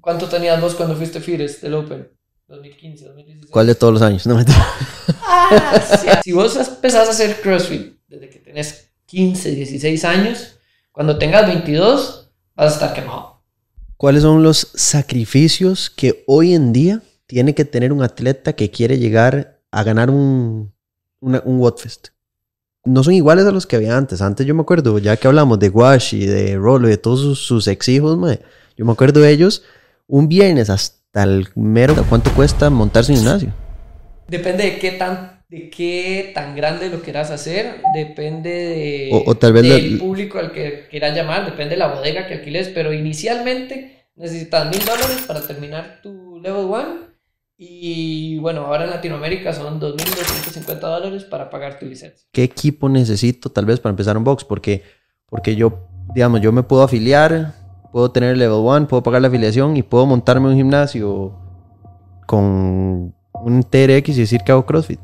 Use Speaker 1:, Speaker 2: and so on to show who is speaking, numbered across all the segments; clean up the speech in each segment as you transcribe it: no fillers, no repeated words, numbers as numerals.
Speaker 1: ¿Cuánto tenías vos cuando fuiste Fires del Open? 2015, 2016.
Speaker 2: ¿Cuál de todos los años? No me
Speaker 1: Sí. Si vos empezás a hacer CrossFit desde que tenés 15, 16 años, cuando tengas 22 vas a estar quemado.
Speaker 2: ¿Cuáles son los sacrificios que hoy en día tiene que tener un atleta que quiere llegar a ganar un WODFest? No son iguales a los que había antes. Antes yo me acuerdo, ya que hablamos de Wash y de Rolo y de todos sus ex hijos, yo me acuerdo de ellos un viernes hasta el mero. ¿Cuánto cuesta montarse en gimnasio?
Speaker 1: Depende de qué tan grande lo quieras hacer, depende de,
Speaker 2: o tal vez
Speaker 1: del público al que quieras llamar, depende de la bodega que alquiles, pero inicialmente necesitas $1,000 para terminar tu Level 1 y bueno, ahora en Latinoamérica son $2,250 para pagar tu licencia.
Speaker 2: ¿Qué equipo necesito tal vez para empezar un box? Porque yo, digamos, yo me puedo afiliar, puedo tener Level 1, puedo pagar la afiliación y puedo montarme un gimnasio con un TRX y decir que hago CrossFit.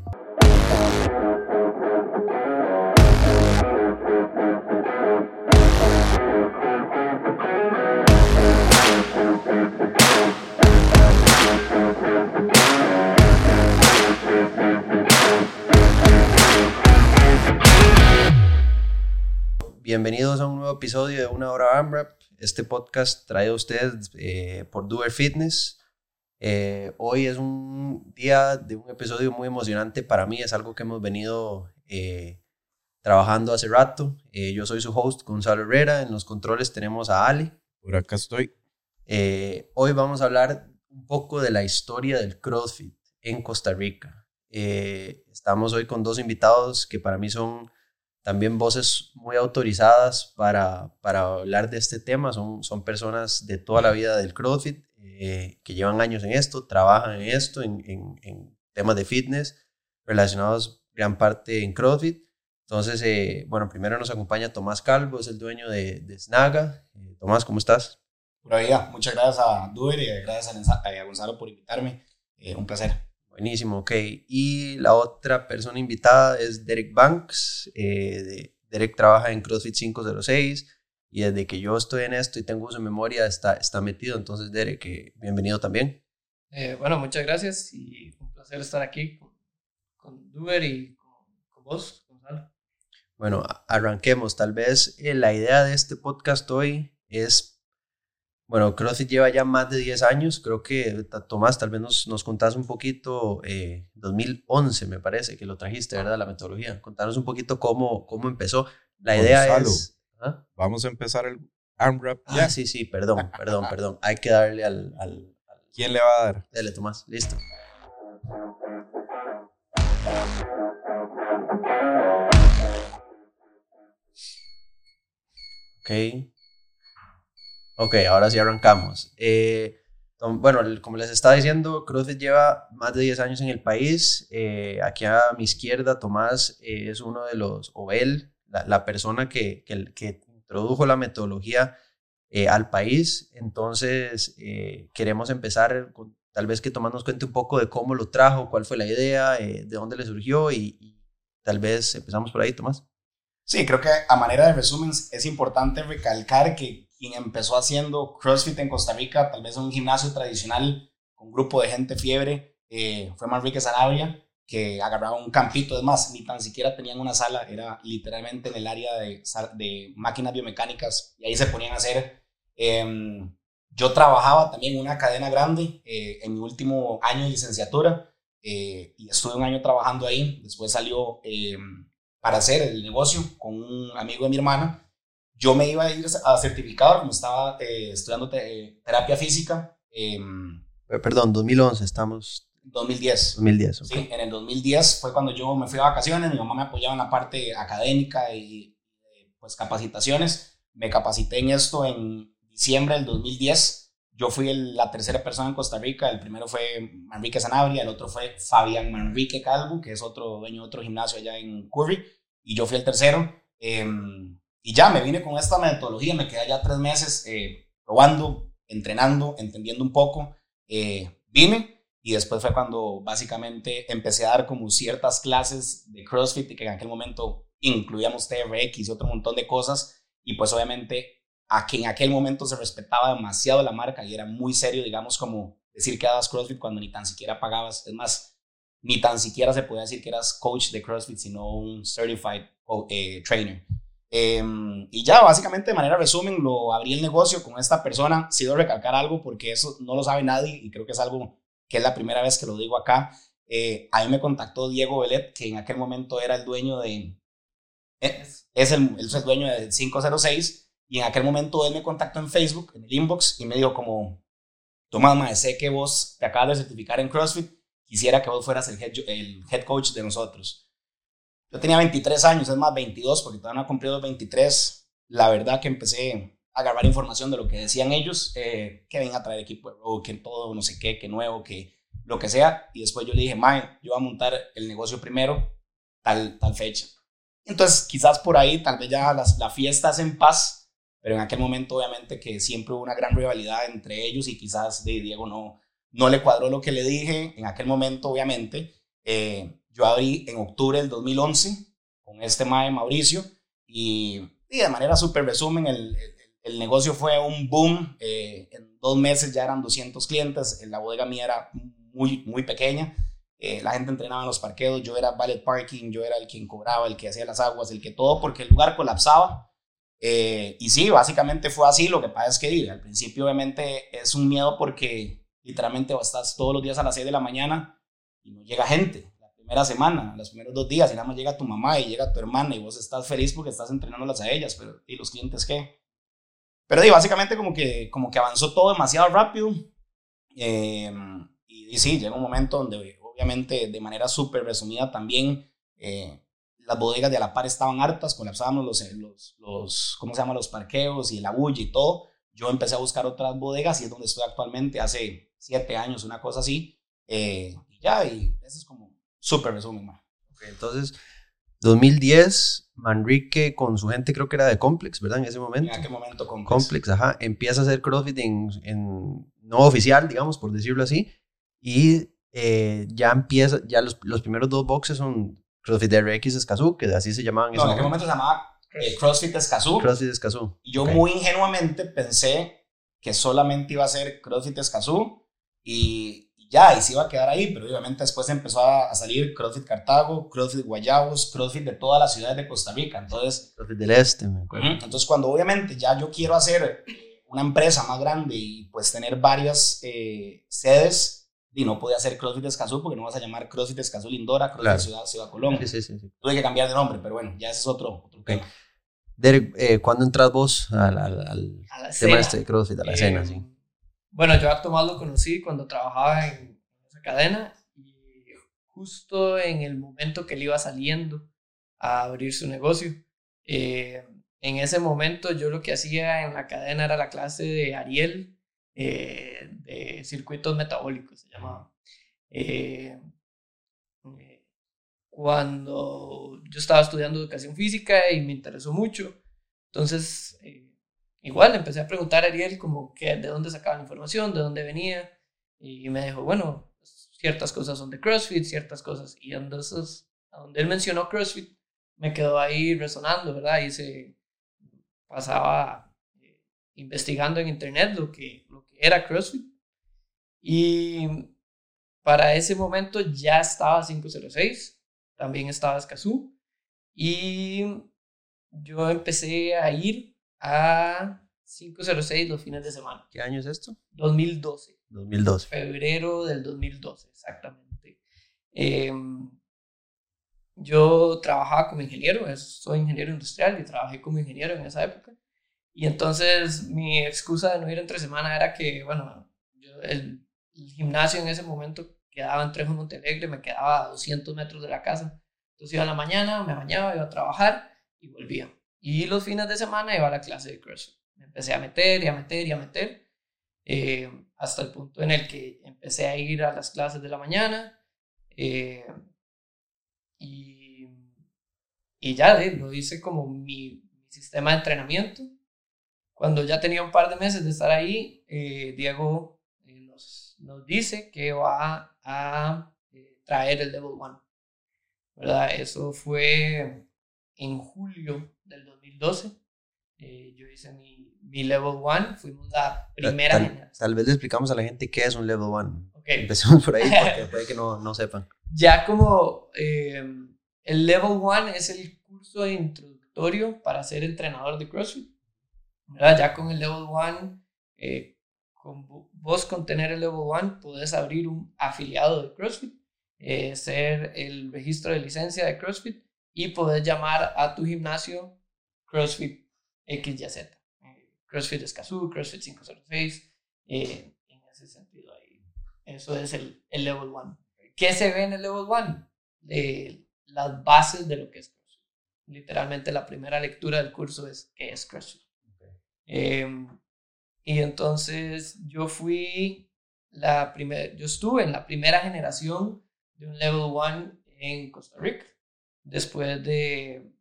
Speaker 2: Bienvenidos a un nuevo episodio de Una Hora AMRAP. Este podcast traído a ustedes por Doer Fitness. Hoy es un día de un episodio muy emocionante para mí. Es algo que hemos venido trabajando hace rato. Yo soy su host, Gonzalo Herrera. En los controles tenemos a Ali.
Speaker 3: Por acá estoy.
Speaker 2: Hoy vamos a hablar un poco de la historia del CrossFit en Costa Rica. Estamos hoy con dos invitados que para mí son también voces muy autorizadas para hablar de este tema. Son personas de toda la vida del CrossFit, que llevan años en esto, trabajan en esto, en temas de fitness, relacionados gran parte en CrossFit. Entonces, bueno, primero nos acompaña Tomás Calvo, es el dueño de Snaga. Tomás, ¿cómo estás?
Speaker 4: Pura vida. Muchas gracias a Duer y gracias a Gonzalo por invitarme. Un placer.
Speaker 2: Buenísimo, ok. Y la otra persona invitada es Derek Banks. Derek trabaja en CrossFit 506 y desde que yo estoy en esto y tengo uso de memoria está metido. Entonces, Derek, bienvenido también.
Speaker 1: Bueno, muchas gracias y un placer estar aquí con Duer y con vos, Gonzalo.
Speaker 2: Bueno, arranquemos. Tal vez la idea de este podcast hoy es... Bueno, CrossFit lleva ya más de 10 años. Creo que, Tomás, tal vez nos contás un poquito, 2011 me parece que lo trajiste, ¿verdad? La metodología. Contanos un poquito cómo empezó. La idea
Speaker 3: Gonzalo,
Speaker 2: es... ¿Ah?
Speaker 3: Vamos a empezar el AMRAP ya.
Speaker 2: Sí, perdón. Hay que darle al...
Speaker 3: ¿Quién le va a dar?
Speaker 2: Dale, Tomás, listo. Ok, ahora sí arrancamos. Bueno, como les estaba diciendo, CrossFit lleva más de 10 años en el país. Aquí a mi izquierda, Tomás es uno de los, o él, la persona que introdujo la metodología al país. Entonces, queremos empezar con, tal vez que Tomás nos cuente un poco de cómo lo trajo, cuál fue la idea, de dónde le surgió y tal vez empezamos por ahí, Tomás.
Speaker 4: Sí, creo que a manera de resumen es importante recalcar que quien empezó haciendo CrossFit en Costa Rica, tal vez en un gimnasio tradicional con un grupo de gente fiebre, fue Manrique Sanabria, que agarraba un campito. Es más, ni tan siquiera tenían una sala, era literalmente en el área de máquinas biomecánicas y ahí se ponían a hacer. Yo trabajaba también en una cadena grande en mi último año de licenciatura y estuve un año trabajando ahí. Después salió para hacer el negocio con un amigo de mi hermana. Yo me iba a ir a certificador, como estaba estudiando terapia física.
Speaker 2: Perdón, 2011, estamos...
Speaker 4: 2010.
Speaker 2: 2010, okay.
Speaker 4: Sí, en el 2010 fue cuando yo me fui a vacaciones. Mi mamá me apoyaba en la parte académica y pues capacitaciones. Me capacité en esto en diciembre del 2010. Yo fui la tercera persona en Costa Rica. El primero fue Manrique Sanabria, el otro fue Fabián Manrique Calvo, que es otro dueño de otro gimnasio allá en Curry, y yo fui el tercero. Y ya me vine con esta metodología, me quedé ya 3 meses probando, entrenando, entendiendo un poco. Vine y después fue cuando básicamente empecé a dar como ciertas clases de CrossFit, que en aquel momento incluíamos TRX y otro montón de cosas. Y pues obviamente a que en aquel momento se respetaba demasiado la marca y era muy serio, digamos, como decir que dabas CrossFit cuando ni tan siquiera pagabas. Es más, ni tan siquiera se podía decir que eras coach de CrossFit, sino un certified trainer. Y ya, básicamente, de manera resumen, lo abrí el negocio con esta persona. Sí debo recalcar algo porque eso no lo sabe nadie y creo que es algo que es la primera vez que lo digo acá. A mí me contactó Diego Belet, que en aquel momento era el dueño de... es el dueño de 506 y en aquel momento él me contactó en Facebook, en el inbox, y me dijo como, Tomás, mae, sé que vos te acabas de certificar en CrossFit, quisiera que vos fueras el head coach de nosotros. Yo tenía 23 años, es más 22, porque todavía no he cumplido los 23. La verdad que empecé a agarrar información de lo que decían ellos, que vengan a traer equipo de row, que todo, no sé qué, que nuevo, que lo que sea. Y después yo le dije, mae, yo voy a montar el negocio primero, tal fecha. Entonces, quizás por ahí, tal vez ya la fiesta es en paz, pero en aquel momento, obviamente, que siempre hubo una gran rivalidad entre ellos y quizás de Diego no le cuadró lo que le dije. En aquel momento, obviamente, yo abrí en octubre del 2011 con este mae Mauricio y de manera súper resumen, el negocio fue un boom. En 2 meses ya eran 200 clientes. La bodega mía era muy, muy pequeña. La gente entrenaba en los parqueos, yo era valet parking, yo era el quien cobraba, el que hacía las aguas, el que todo, porque el lugar colapsaba. Y sí, básicamente fue así. Lo que pasa es que al principio obviamente es un miedo porque literalmente estás todos los días a las 6 de la mañana y no llega gente. La primera semana, los primeros 2 días, y nada más llega tu mamá y llega tu hermana y vos estás feliz porque estás entrenándolas a ellas, pero ¿y los clientes qué? Pero básicamente como que avanzó todo demasiado rápido. Y sí, llega un momento donde obviamente de manera súper resumida también las bodegas de a la par estaban hartas, colapsábamos ¿cómo se llama? Los parqueos y la bulla y todo. Yo empecé a buscar otras bodegas y es donde estoy actualmente hace 7 años, una cosa así. Y eso es como súper resumen, man.
Speaker 2: Okay, entonces, 2010, Manrique con su gente, creo que era de Complex, ¿verdad? En ese momento.
Speaker 4: En aquel momento
Speaker 2: Complex, ajá. Empieza a hacer CrossFit no oficial, digamos, por decirlo así. Y ya empieza, ya los primeros 2 boxes son CrossFit RX Escazú, que así se llamaban.
Speaker 4: No, en aquel momento se llamaba CrossFit Escazú.
Speaker 2: CrossFit Escazú.
Speaker 4: Y yo muy ingenuamente pensé que solamente iba a ser CrossFit Escazú y se iba a quedar ahí, pero obviamente después empezó a salir CrossFit Cartago, CrossFit Guayabos, CrossFit de todas las ciudades de Costa Rica. Entonces,
Speaker 2: CrossFit del Este, me acuerdo.
Speaker 4: Entonces, cuando obviamente ya yo quiero hacer una empresa más grande y pues tener varias sedes, y no podía hacer CrossFit Escazú porque no vas a llamar CrossFit Escazú Lindora, CrossFit Ciudad Colón.
Speaker 2: Sí.
Speaker 4: Tuve que cambiar de nombre, pero bueno, ya ese es otro tema.
Speaker 2: Derek, ¿cuándo entras vos al tema de CrossFit, a la escena? Sí.
Speaker 1: Bueno, yo a Tomás lo conocí cuando trabajaba en esa cadena y justo en el momento que él iba saliendo a abrir su negocio. En ese momento yo lo que hacía en la cadena era la clase de Ariel, de circuitos metabólicos se llamaba. Cuando yo estaba estudiando educación física y me interesó mucho, entonces igual empecé a preguntar a Ariel como que de dónde sacaba la información, de dónde venía, y me dijo, bueno, ciertas cosas son de CrossFit, ciertas cosas, y entonces a donde él mencionó CrossFit me quedó ahí resonando, ¿verdad? Y se pasaba investigando en internet lo que era CrossFit, y para ese momento ya estaba 506, también estaba Escazú, y yo empecé a ir a 506 los fines de semana.
Speaker 2: ¿Qué año es esto?
Speaker 1: 2012.
Speaker 2: 2012.
Speaker 1: Febrero del 2012, exactamente. Yo trabajaba como ingeniero, soy ingeniero industrial y trabajé como ingeniero en esa época. Y entonces mi excusa de no ir entre semana era que, bueno, el gimnasio en ese momento quedaba en Trejo Montealegre, me quedaba a 200 metros de la casa. Entonces iba en la mañana, me bañaba, iba a trabajar y volvía. Y los fines de semana iba a la clase de CrossFit. Me empecé a meter hasta el punto en el que empecé a ir a las clases de la mañana y ya lo hice como mi sistema de entrenamiento. Cuando ya tenía un par de meses de estar ahí, Diego nos dice que va a traer el Level 1, ¿verdad? Eso fue en julio del 2012. Yo hice mi Level 1, fuimos la primera generación.
Speaker 2: Tal vez le explicamos a la gente qué es un Level 1.
Speaker 1: Okay.
Speaker 2: Empecemos por ahí porque puede que no sepan.
Speaker 1: Ya como el Level 1 es el curso introductorio para ser entrenador de CrossFit, ¿verdad? Ya con el Level 1, vos con tener el Level 1 podés abrir un afiliado de CrossFit, ser el registro de licencia de CrossFit y podés llamar a tu gimnasio CrossFit XYZ, CrossFit Escazú, CrossFit 506, en ese sentido ahí. Eso es el Level 1. ¿Qué se ve en el Level 1? Las bases de lo que es CrossFit. Literalmente la primera lectura del curso es ¿qué es CrossFit? Y entonces yo estuve en la primera generación de un Level 1 en Costa Rica. Después de,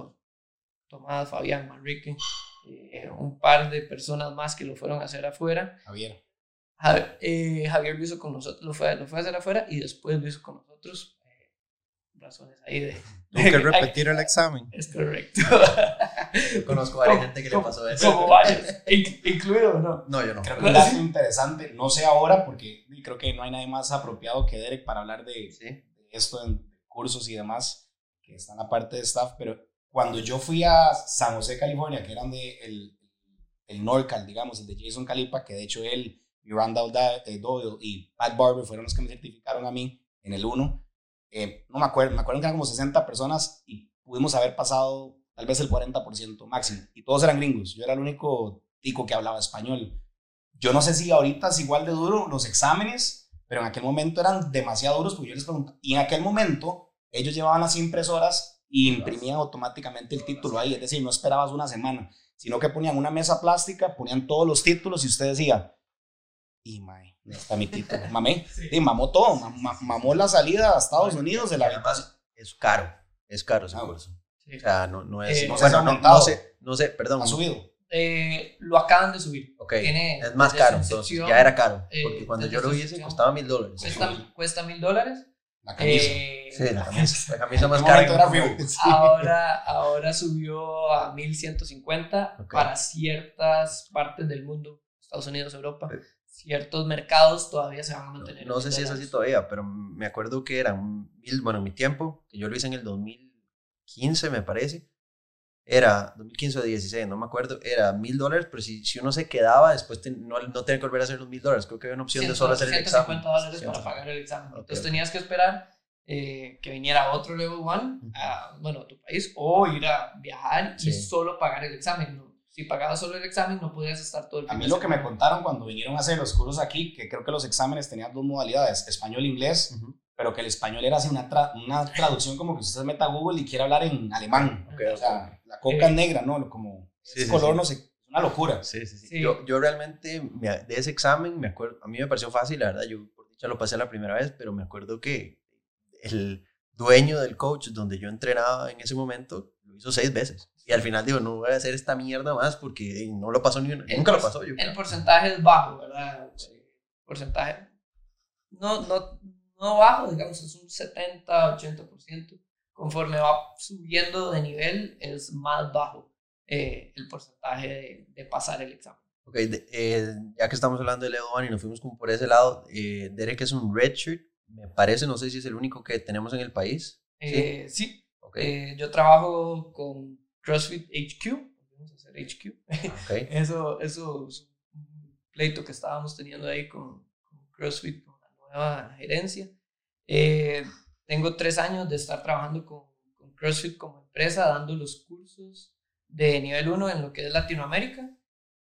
Speaker 1: Tomás, Fabián, Manrique, un par de personas más que lo fueron a hacer afuera. Javier lo hizo con nosotros, lo fue a hacer afuera y después lo hizo con nosotros. Razones ahí de...
Speaker 3: Nunca repetir el examen.
Speaker 1: Es correcto.
Speaker 2: Yo conozco a varias gente que le pasó eso.
Speaker 1: Como varios, incluido, ¿no?
Speaker 2: No, yo no.
Speaker 4: Creo que un dato interesante, no sé ahora porque creo que no hay nadie más apropiado que Derek para hablar de esto en cursos y demás, que está en la parte de staff, pero cuando yo fui a San José, California, que eran de el NorCal, digamos, el de Jason Calipa, que de hecho él, Miranda Doyle y Pat Barber fueron los que me certificaron a mí en el 1. No me acuerdo que eran como 60 personas y pudimos haber pasado tal vez el 40% máximo, y todos eran gringos. Yo era el único tico que hablaba español. Yo no sé si ahorita es igual de duro los exámenes, pero en aquel momento eran demasiado duros, porque yo les pregunté, y en aquel momento ellos llevaban las impresoras y imprimían automáticamente el título ahí, es decir, no esperabas una semana, sino que ponían una mesa plástica, ponían todos los títulos y usted decía, y mae, no está mi título, mamé, sí, mamó todo, mamó la salida a Estados Unidos de la habitación.
Speaker 2: Es caro ese curso. Sí. O sea, no es... no sé, perdón.
Speaker 4: ¿Ha subido?
Speaker 1: Lo acaban de subir.
Speaker 2: Okay. Es más caro, entonces ya era caro. Porque cuando yo lo hice costaba $1,000.
Speaker 1: Cuesta $1,000.
Speaker 4: La camisa.
Speaker 2: Sí, la camisa más cara.
Speaker 1: Ahora subió a 1,150 para ciertas partes del mundo, Estados Unidos, Europa. Ciertos mercados todavía se van a mantener.
Speaker 2: No sé si es así todavía, pero me acuerdo que eran en mi tiempo, que yo lo hice en el 2015, me parece. Era 2015 o 2016, no me acuerdo. Era $1,000, pero si uno se quedaba, después no tenía que volver a hacer los $1,000. Creo que había una opción de solo hacer el examen.
Speaker 1: $150 para pagar el examen. Entonces tenías que esperar que viniera otro Level 1 a tu país, o ir a viajar y solo pagar el examen. ¿No? Si pagabas solo el examen, no podías estar todo el
Speaker 4: tiempo. A mí lo que me contaron cuando vinieron a hacer los cursos aquí, que creo que los exámenes tenían 2 modalidades, español e inglés, pero que el español era así una traducción como que usted se meta a Google y quiere hablar en alemán. O sea, la coca es negra, ¿no? Como ese color, no sé, es una locura.
Speaker 2: Sí. Yo realmente, de ese examen, me acuerdo, a mí me pareció fácil, la verdad, yo por dicha lo pasé la primera vez, pero me acuerdo que el dueño del coach donde yo entrenaba en ese momento lo hizo 6 veces. Y al final digo, no voy a hacer esta mierda más porque no lo pasó nunca lo pasó.
Speaker 1: El porcentaje es bajo, ¿verdad? Porcentaje no bajo, digamos, es un 70-80%. Conforme va subiendo de nivel, es más bajo el porcentaje de pasar el examen.
Speaker 2: Ok, ya que estamos hablando de Level 1 y nos fuimos como por ese lado, Derek es un redshirt, me parece, no sé si es el único que tenemos en el país.
Speaker 1: Sí.
Speaker 2: Okay.
Speaker 1: Yo trabajo con CrossFit HQ, vamos a hacer HQ.
Speaker 2: Okay.
Speaker 1: Eso es un pleito que estábamos teniendo ahí con CrossFit, con la nueva gerencia. Tengo 3 años de estar trabajando con CrossFit como empresa, dando los cursos de nivel 1 en lo que es Latinoamérica.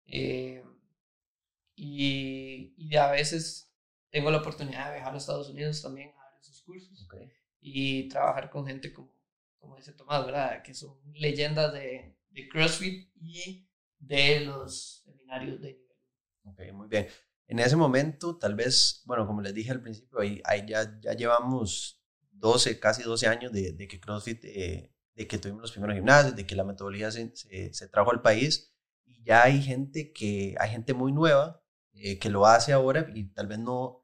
Speaker 1: Y a veces tengo la oportunidad de viajar a Estados Unidos también a dar esos cursos.
Speaker 2: Okay.
Speaker 1: Y trabajar con gente como dice Tomás, ¿verdad? Que son leyendas de CrossFit y de los seminarios de nivel.
Speaker 2: Ok, muy bien. En ese momento, tal vez, como les dije al principio, ahí ya llevamos casi 12 años de que CrossFit, de que tuvimos los primeros gimnasios, de que la metodología se trajo al país, y ya hay gente muy nueva que lo hace ahora y tal vez no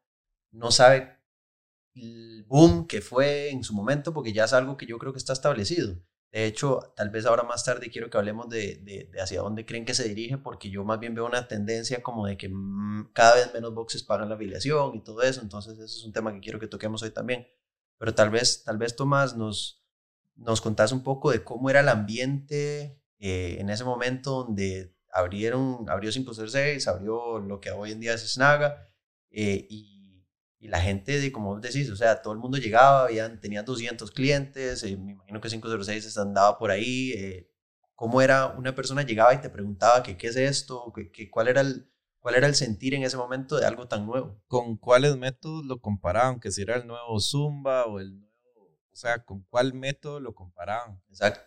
Speaker 2: sabe el boom que fue en su momento, porque ya es algo que yo creo que está establecido. De hecho, tal vez ahora más tarde quiero que hablemos de hacia dónde creen que se dirige, porque yo más bien veo una tendencia como de que cada vez menos boxes pagan la afiliación y todo eso, entonces ese es un tema que quiero que toquemos hoy también. Pero tal vez Tomás, nos contás un poco de cómo era el ambiente en ese momento donde abrió 506, abrió lo que hoy en día es Snaga, y la gente, como vos decís, o sea, todo el mundo llegaba, tenían 200 clientes, me imagino que 506 andaba por ahí. ¿Cómo era una persona llegaba y te preguntaba que qué es esto? ¿Cuál era el sentir en ese momento de algo tan nuevo?
Speaker 3: ¿Con cuáles métodos lo comparaban? Que si era el nuevo Zumba o el nuevo, o sea, ¿con cuál método lo comparaban?
Speaker 2: Exacto.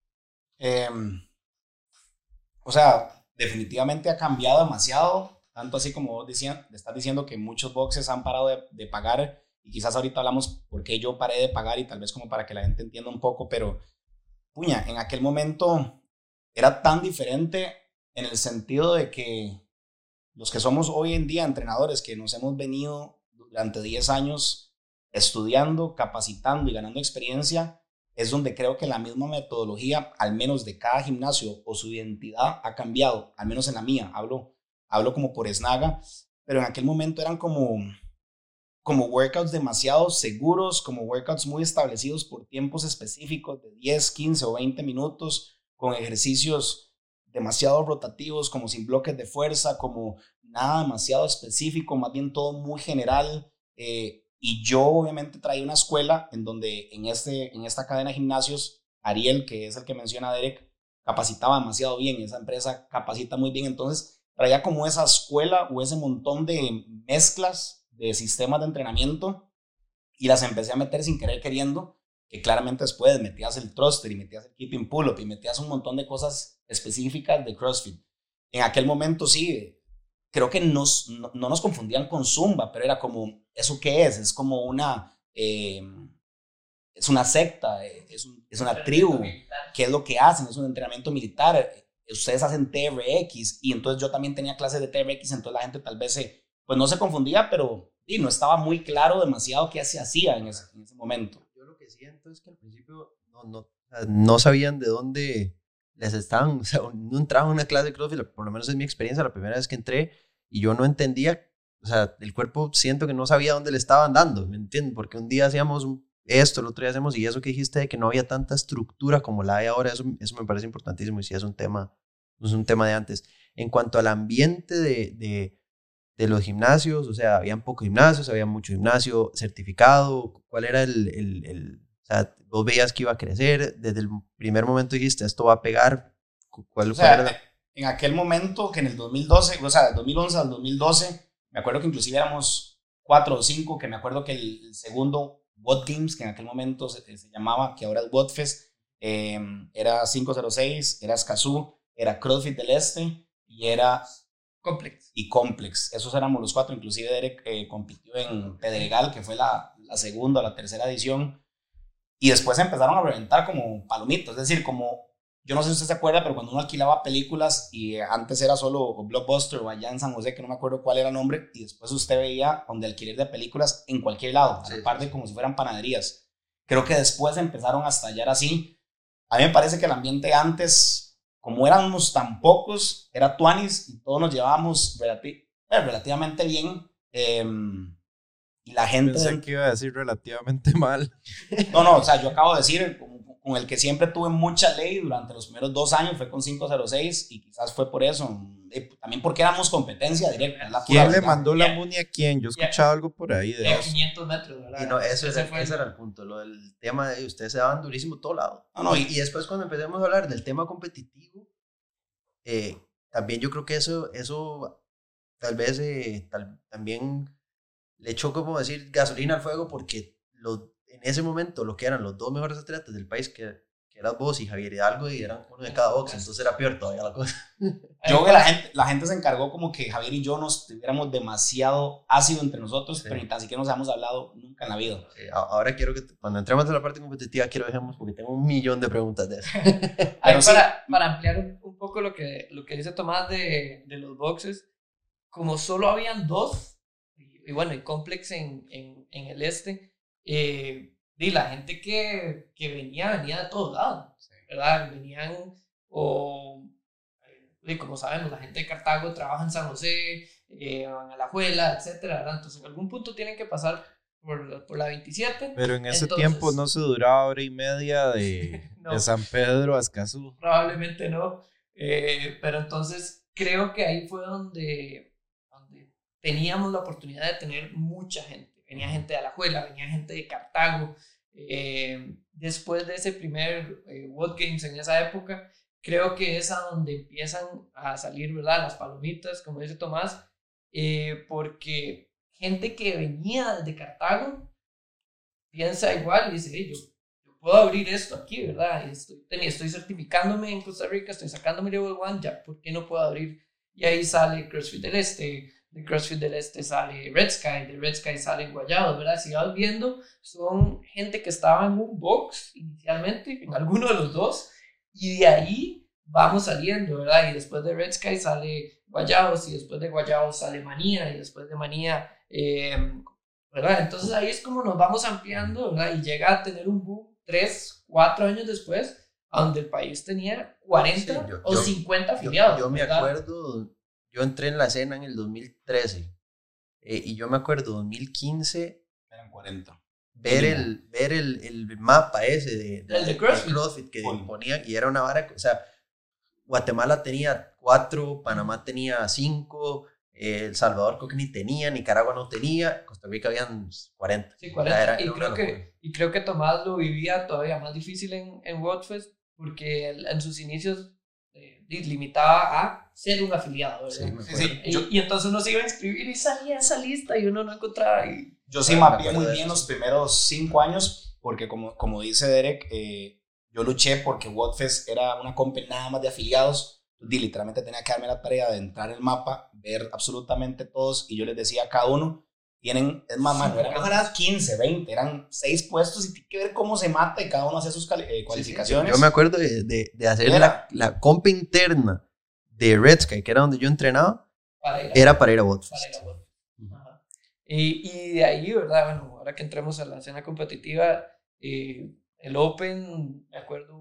Speaker 4: O sea, definitivamente ha cambiado demasiado. Tanto así como vos estás diciendo que muchos boxes han parado de pagar, y quizás ahorita hablamos por qué yo paré de pagar y tal vez como para que la gente entienda un poco, pero puña, en aquel momento era tan diferente en el sentido de que los que somos hoy en día entrenadores, que nos hemos venido durante 10 años estudiando, capacitando y ganando experiencia, es donde creo que la misma metodología, al menos de cada gimnasio o su identidad, ha cambiado, al menos en la mía, hablo como por Snaga, pero en aquel momento eran como workouts demasiado seguros, como workouts muy establecidos por tiempos específicos de 10, 15 o 20 minutos, con ejercicios demasiado rotativos, como sin bloques de fuerza, como nada demasiado específico, más bien todo muy general. Y yo obviamente traía una escuela en donde en esta cadena de gimnasios, Ariel, que es el que menciona Derek, capacitaba demasiado bien, esa empresa capacita muy bien, entonces traía como esa escuela o ese montón de mezclas de sistemas de entrenamiento y las empecé a meter sin querer queriendo, que claramente después metías el thruster y metías el keeping pull-up y metías un montón de cosas específicas de CrossFit. En aquel momento sí, creo que no nos confundían con Zumba, pero era como, ¿eso qué es? Es como es una secta, es una tribu. ¿Qué es lo que hacen? Es un entrenamiento militar. Ustedes hacen TRX, y entonces yo también tenía clases de TRX, entonces la gente tal vez pues no se confundía, pero no estaba muy claro demasiado qué se hacía en ese momento.
Speaker 2: Yo lo que siento es que al principio no sabían de dónde les estaban, o sea, no entraban a una clase de CrossFit, por lo menos es mi experiencia, la primera vez que entré, y yo no entendía, o sea, el cuerpo siento que no sabía dónde le estaban dando, ¿me entienden? Porque un día hacíamos esto, el otro día hacemos, y eso que dijiste de que no había tanta estructura como la hay ahora, eso me parece importantísimo, y sí es un tema de antes. En cuanto al ambiente de los gimnasios, o sea, habían pocos gimnasios, había mucho gimnasio certificado, ¿cuál era o sea, vos veías que iba a crecer, desde el primer momento dijiste, esto va a pegar,
Speaker 4: ¿cuál era? En aquel momento, que en el 2012, o sea, del 2011 al 2012, me acuerdo que inclusive éramos 4 o 5, que me acuerdo que el segundo WOD Games, que en aquel momento se llamaba, que ahora es WODFest, era 506, era Escazú, era CrossFit del Este y era Complex. Esos éramos los 4, inclusive Derek compitió en Pedregal, que fue la segunda o la tercera edición, y después empezaron a reventar como palomitas, es decir, como, yo no sé si usted se acuerda, pero cuando uno alquilaba películas, y antes era solo Blockbuster o allá en San José, que no me acuerdo cuál era el nombre, y después usted veía donde alquiler de películas en cualquier lado, sí, aparte como si fueran panaderías. Creo que después empezaron a estallar así. A mí me parece que el ambiente antes, como éramos tan pocos, era tuanis y todos nos llevábamos relativamente bien. Y la gente...
Speaker 3: Pensé que iba a decir relativamente mal.
Speaker 4: No, o sea, yo acabo de decir, con el que siempre tuve mucha ley durante los primeros 2 años fue con 506, y quizás fue por eso, también porque éramos competencia directa.
Speaker 3: ¿Quién le mandó la muni a quién? Yo escuchaba algo por ahí de
Speaker 1: 500 metros, ¿verdad?
Speaker 2: Y no, ese era el punto, lo del tema de ustedes se daban durísimo todo lado. Y después cuando empecemos a hablar del tema competitivo, también yo creo que eso tal vez también le echó, como decir, gasolina al fuego, porque en ese momento lo que eran los 2 mejores atletas del país, que eras vos y Javier Hidalgo, y eran uno de cada box, entonces era peor todavía la cosa.
Speaker 4: Yo creo que la gente se encargó como que Javier y yo nos tuviéramos demasiado ácido entre nosotros, sí, pero ni tan siquiera nos habíamos hablado nunca en la vida.
Speaker 2: Sí, ahora quiero que cuando entremos en la parte competitiva quiero dejemos, porque tengo 1.000.000 de preguntas de eso.
Speaker 1: Para ampliar un poco lo que dice Tomás de los boxes, como solo habían 2, y bueno, y Complex en el este, y la gente que venía de todos lados. Sí. ¿verdad? Venían y como sabemos, la gente de Cartago trabaja en San José, van a la Alajuela, etcétera, ¿verdad? Entonces en algún punto tienen que pasar por la 27.
Speaker 3: Pero en ese
Speaker 1: Entonces,
Speaker 3: tiempo no se duraba hora y media
Speaker 1: no,
Speaker 3: de San Pedro a Escazú.
Speaker 1: probablemente no, pero entonces creo que ahí fue donde teníamos la oportunidad de tener mucha gente. Venía gente de Alajuela, venía gente de Cartago. Después de ese primer World Games en esa época, creo que es a donde empiezan a salir, ¿verdad?, las palomitas, como dice Tomás, porque gente que venía desde Cartago piensa igual y dice, hey, yo puedo abrir esto aquí, ¿verdad? Estoy certificándome en Costa Rica, estoy sacando mi Level 1, ya, ¿por qué no puedo abrir? Y ahí sale CrossFit del Este, de CrossFit del Este sale Red Sky, de Red Sky sale Guayados, ¿verdad? Si vas viendo, son gente que estaba en un box inicialmente, en alguno de los dos, y de ahí vamos saliendo, ¿verdad? Y después de Red Sky sale Guayados, y después de Guayados sale Manía, y después de Manía, ¿verdad? Entonces ahí es como nos vamos ampliando, ¿verdad? Y llega a tener un boom 3, 4 años después, donde el país tenía 40 o 50 afiliados.
Speaker 2: Yo me
Speaker 1: ¿verdad?
Speaker 2: acuerdo, yo entré en la escena en el 2013, y yo me acuerdo, 2015,
Speaker 4: eran 40.
Speaker 2: ver el mapa ese
Speaker 1: de CrossFit
Speaker 2: que ponían, y era una vara, o sea, Guatemala tenía 4, Panamá tenía 5, El Salvador creo que ni tenía, Nicaragua no tenía, Costa Rica habían 40.
Speaker 1: Sí, 40.
Speaker 2: Era
Speaker 1: y creo que Tomás lo vivía todavía más difícil en WordFest, porque en sus inicios limitaba a ser un afiliado, ¿verdad?
Speaker 4: Sí,
Speaker 1: y entonces uno se iba a inscribir y salía esa lista y uno no encontraba.
Speaker 4: Yo sí mapeé muy bien los primeros 5 años, porque como dice Derek, yo luché porque WordFest era una comp nada más de afiliados. Literalmente tenía que darme la tarea de entrar en el mapa, ver absolutamente todos, y yo les decía a cada uno, tienen, es más, no eran 15, 20, eran 6 puestos y tiene que ver cómo se mata y cada uno hacía sus cualificaciones.
Speaker 2: Yo me acuerdo de hacer la compa interna de Red Sky, que era donde yo entrenaba, era para ir a WordFest.
Speaker 1: Y de ahí, ¿verdad? Bueno, ahora que entremos a la escena competitiva, el Open, me acuerdo,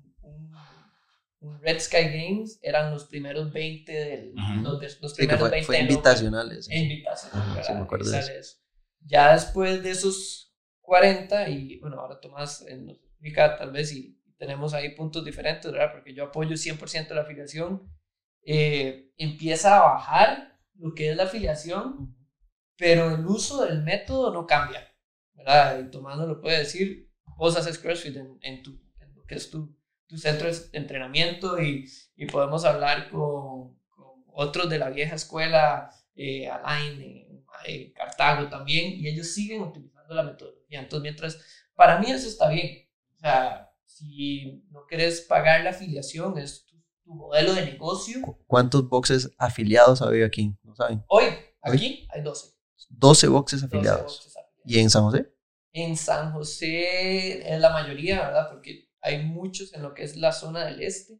Speaker 1: un Red Sky Games eran los primeros 20 los primeros 20
Speaker 2: fue invitacionales.
Speaker 1: Invitacionales,
Speaker 2: sí, me acuerdo de
Speaker 1: eso. Ya después de esos 40, y bueno, ahora Tomás nos explica tal vez, y tenemos ahí puntos diferentes, ¿verdad? Porque yo apoyo 100% la afiliación, empieza a bajar lo que es la afiliación, pero el uso del método no cambia, ¿verdad? Y Tomás nos lo puede decir, vos haces CrossFit en lo que es tu centro de entrenamiento, y podemos hablar con otros de la vieja escuela, Align, Cartago también, y ellos siguen utilizando la metodología. Entonces, mientras, para mí eso está bien. O sea, si no querés pagar la afiliación, es tu modelo de negocio.
Speaker 2: ¿Cuántos boxes afiliados había aquí? ¿No saben?
Speaker 1: Hoy, aquí hay 12.
Speaker 2: 12 boxes afiliados. ¿Y en San José?
Speaker 1: En San José es la mayoría, ¿verdad? Porque hay muchos en lo que es la zona del este.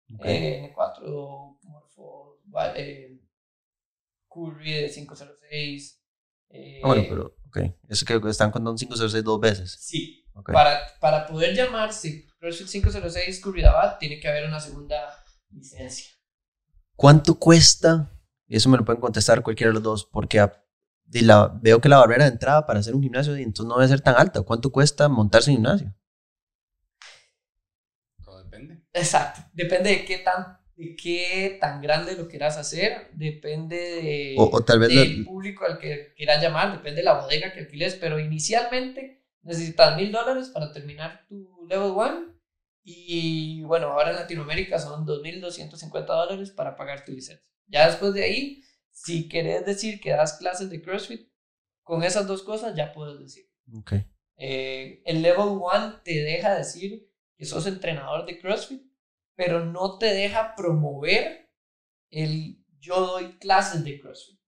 Speaker 1: N4, Morfo, Curry de 506.
Speaker 2: Bueno, pero, eso que están con 506 2 veces.
Speaker 1: Sí. Para poder llamarse CrossFit 506 Curridabat, tiene que haber una segunda licencia.
Speaker 2: ¿Cuánto cuesta? Y eso me lo pueden contestar cualquiera de los dos, porque veo que la barrera de entrada para hacer un gimnasio entonces no debe ser tan alta. ¿Cuánto cuesta montarse un gimnasio?
Speaker 4: Todo depende.
Speaker 1: Exacto, depende de qué tan grande lo quieras hacer, depende
Speaker 2: o tal vez
Speaker 1: del público al que quieras llamar, depende de la bodega que alquiles, pero inicialmente necesitas $1,000 para terminar tu Level 1, y bueno, ahora en Latinoamérica son $2,250 para pagar tu licencia. Ya después de ahí, si querés decir que das clases de CrossFit, con esas dos cosas ya puedes decir. El Level 1 te deja decir que sos entrenador de CrossFit, pero no te deja promover yo doy clases de CrossFit.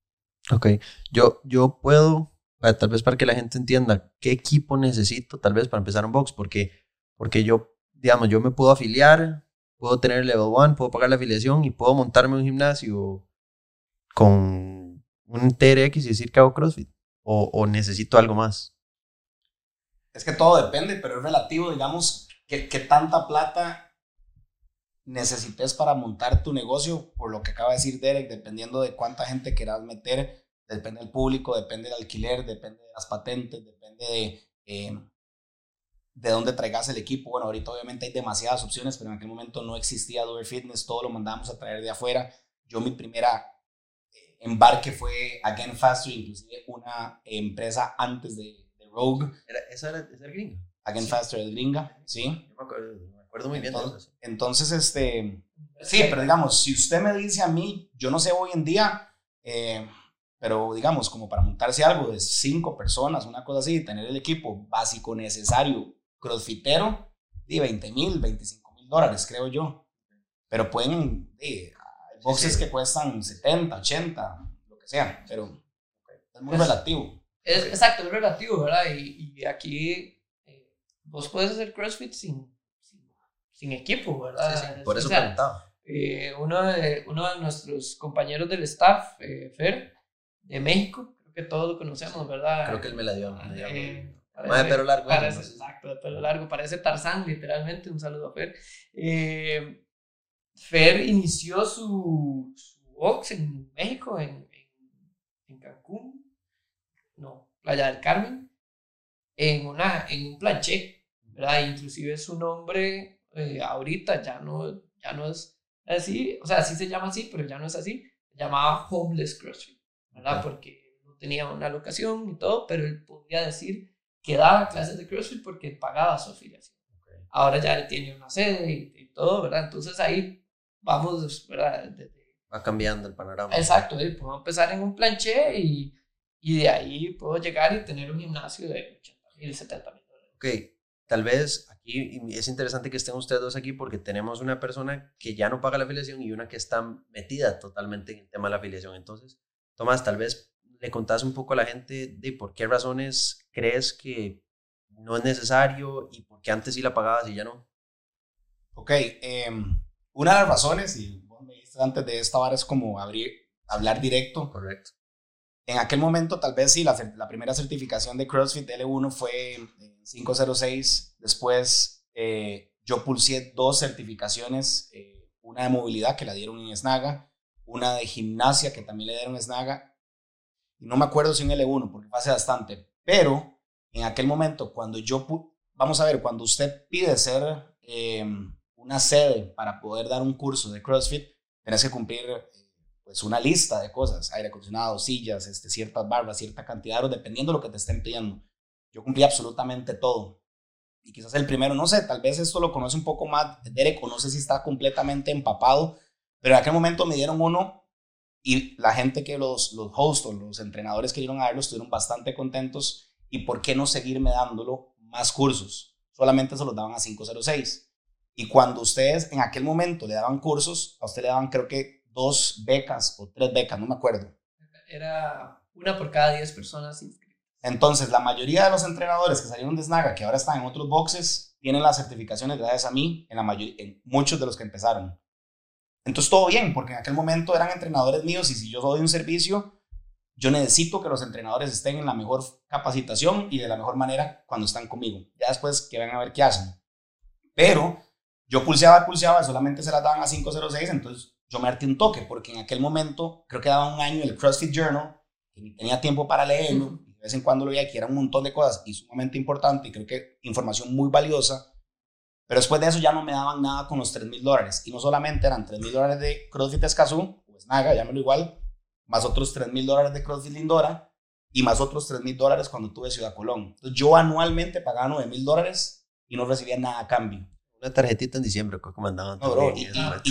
Speaker 2: Yo puedo, tal vez para que la gente entienda qué equipo necesito tal vez para empezar un box, porque yo, digamos, yo me puedo afiliar, puedo tener el Level 1, puedo pagar la afiliación y puedo montarme un gimnasio con un TRX y decir que hago CrossFit, o necesito algo más.
Speaker 4: Es que todo depende, pero es relativo, digamos, ¿Qué tanta plata necesites para montar tu negocio? Por lo que acaba de decir Derek, dependiendo de cuánta gente quieras meter, depende del público, depende del alquiler, depende de las patentes, depende de dónde traigas el equipo. Bueno, ahorita obviamente hay demasiadas opciones, pero en aquel momento no existía Dover Fitness, todo lo mandábamos a traer de afuera. Yo mi primera embarque fue Again Faster, inclusive una empresa antes de Rogue.
Speaker 2: ¿Esa era gringa?
Speaker 4: Again Faster es gringa, sí.
Speaker 2: Yo me acuerdo muy bien de eso.
Speaker 4: Entonces, sí, pero digamos, si usted me dice a mí, yo no sé hoy en día, pero digamos, como para montarse algo de 5 personas, una cosa así, tener el equipo básico necesario, crossfitero, de $20,000, $25,000, creo yo. Pero pueden, hay boxes que cuestan 70, 80, lo que sea, pero es muy relativo.
Speaker 1: Exacto, es relativo, ¿verdad? Y aquí vos puedes hacer CrossFit sin equipo, ¿verdad?
Speaker 2: Sí, por eso preguntaba.
Speaker 1: Uno de nuestros compañeros del staff, Fer, de México, creo que todos lo conocemos, ¿verdad?
Speaker 2: Creo que él me la dio.
Speaker 1: De
Speaker 2: pelo largo.
Speaker 1: Exacto, de pelo largo, parece Tarzán, literalmente. Un saludo a Fer. Fer inició su box en México, en Cancún, no, Playa del Carmen, en un planché, ¿verdad? Inclusive su nombre ahorita ya no es así, o sea, sí se llama así, pero ya no es así. Se llamaba Homeless CrossFit, ¿verdad? Porque no tenía una locación y todo, pero él podía decir que daba clases de CrossFit porque pagaba su afiliación. Ahora ya él tiene una sede y todo, ¿verdad? Entonces ahí vamos, ¿verdad?
Speaker 2: Va cambiando el panorama.
Speaker 1: Exacto, puedo empezar en un planché y de ahí puedo llegar y tener un gimnasio de $80,000, $70,000.
Speaker 2: Ok, tal vez aquí es interesante que estén ustedes dos aquí porque tenemos una persona que ya no paga la afiliación y una que está metida totalmente en el tema de la afiliación. Entonces, Tomás, tal vez le contás un poco a la gente de por qué razones crees que no es necesario y por qué antes sí la pagabas y ya no.
Speaker 4: Ok, una de las razones, y vos me dijiste antes de esta vara, es como hablar directo.
Speaker 2: Correcto.
Speaker 4: En aquel momento, tal vez sí, la primera certificación de CrossFit L1 fue en 506. Después, yo pulsé 2 certificaciones, una de movilidad que la dieron en Snaga, una de gimnasia que también le dieron en Snaga. Y no me acuerdo si en L1, porque fue hace bastante. Pero en aquel momento, cuando vamos a ver, cuando usted pide ser una sede para poder dar un curso de CrossFit, tenés que cumplir pues una lista de cosas, aire acondicionado, sillas, ciertas barras, cierta cantidad de horas, dependiendo de lo que te estén pidiendo. Yo cumplí absolutamente todo. Y quizás el primero, no sé, tal vez esto lo conoce un poco más Derek, o no sé si está completamente empapado, pero en aquel momento me dieron uno y la gente que los hosts o los entrenadores que iban a verlo estuvieron bastante contentos. Y por qué no seguirme dándolo más cursos, solamente se los daban a 506. Y cuando ustedes en aquel momento le daban cursos, a usted le daban creo que 2 becas o 3 becas, no me acuerdo.
Speaker 1: Era una por cada 10 personas inscritas.
Speaker 4: Entonces la mayoría de los entrenadores que salieron de Snaga, que ahora están en otros boxes, tienen las certificaciones gracias a mí, en muchos de los que empezaron. Entonces todo bien, porque en aquel momento eran entrenadores míos y si yo doy un servicio, yo necesito que los entrenadores estén en la mejor capacitación y de la mejor manera cuando están conmigo. Ya después que van a ver qué hacen. Pero yo pulseaba, solamente se las daban a 506, entonces yo me harté un toque, porque en aquel momento creo que daba un año el CrossFit Journal, que ni tenía tiempo para leerlo, y de vez en cuando lo veía, que era un montón de cosas y sumamente importante, y creo que información muy valiosa. Pero después de eso ya no me daban nada con los $3,000. Y no solamente eran $3,000 de CrossFit Escazú, o Snaga, llámelo igual, más otros $3,000 de CrossFit Lindora y más otros $3,000 cuando tuve Ciudad Colón. Entonces yo anualmente pagaba $9,000 y no recibía nada a cambio.
Speaker 2: Una tarjetita en diciembre, creo que mandaban.
Speaker 4: No, bro, y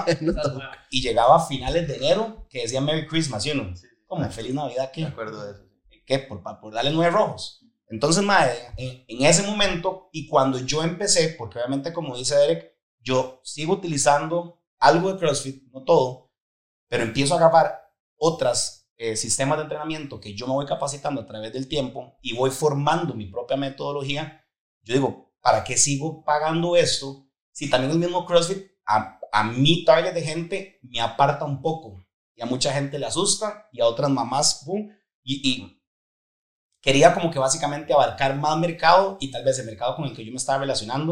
Speaker 4: llegaba a finales de enero que decía Merry Christmas, ¿sí o no? Como Feliz Navidad, ¿qué?
Speaker 2: Me acuerdo de eso.
Speaker 4: ¿Qué? Por darle 9 rojos. Entonces, madre, en ese momento, y cuando yo empecé, porque obviamente como dice Derek, yo sigo utilizando algo de CrossFit, no todo, pero empiezo a agarrar otros sistemas de entrenamiento que yo me voy capacitando a través del tiempo y voy formando mi propia metodología. Yo digo, ¿para qué sigo pagando esto? Si también el mismo CrossFit a mi target de gente me aparta un poco y a mucha gente le asusta y a otras mamás, boom, y quería como que básicamente abarcar más mercado y tal vez el mercado con el que yo me estaba relacionando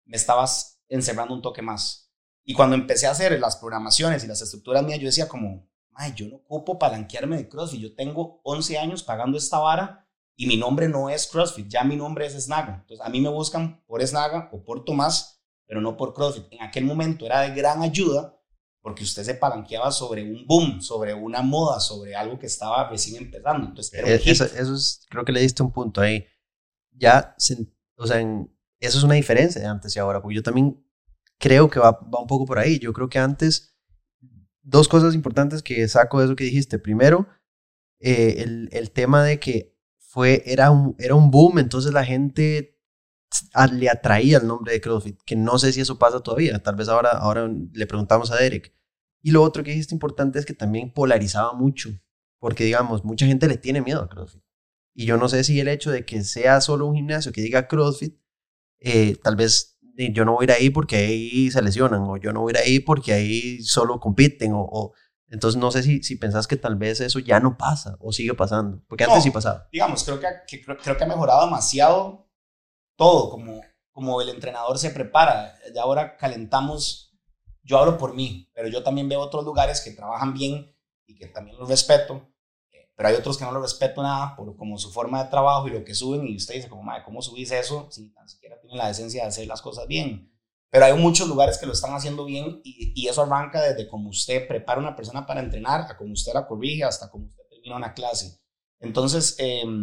Speaker 4: me estabas encerrando un toque más. Y cuando empecé a hacer las programaciones y las estructuras mías, yo decía como, ay, yo no ocupo palanquearme de CrossFit, yo tengo 11 años pagando esta vara y mi nombre no es CrossFit, ya mi nombre es Snaga. Entonces a mí me buscan por Snaga o por Tomás, pero no por CrossFit. En aquel momento era de gran ayuda porque usted se palanqueaba sobre un boom, sobre una moda, sobre algo que estaba recién empezando. Entonces era un hit.
Speaker 2: Eso es, creo que le diste un punto ahí. Ya, o sea, eso es una diferencia de antes y ahora, porque yo también creo que va un poco por ahí. Yo creo que antes, dos cosas importantes que saco de eso que dijiste. Primero, el tema de que era un boom, entonces la gente le atraía el nombre de CrossFit, que no sé si eso pasa todavía, tal vez ahora le preguntamos a Derek. Y lo otro que dijiste importante es que también polarizaba mucho, porque digamos, mucha gente le tiene miedo a CrossFit. Y yo no sé si el hecho de que sea solo un gimnasio que diga CrossFit, tal vez yo no voy a ir ahí porque ahí se lesionan, o yo no voy a ir ahí porque ahí solo compiten, entonces no sé si pensás que tal vez eso ya no pasa o sigue pasando, porque antes sí pasaba.
Speaker 4: Digamos, creo que ha mejorado demasiado todo, como el entrenador se prepara. Ya ahora calentamos, yo hablo por mí, pero yo también veo otros lugares que trabajan bien y que también los respeto, pero hay otros que no los respeto nada por como su forma de trabajo y lo que suben, y usted dice como, madre, ¿cómo subís eso si tan siquiera tienen la decencia de hacer las cosas bien? Pero hay muchos lugares que lo están haciendo bien y eso arranca desde cómo usted prepara a una persona para entrenar, a cómo usted la corrige, hasta cómo usted termina una clase. Entonces,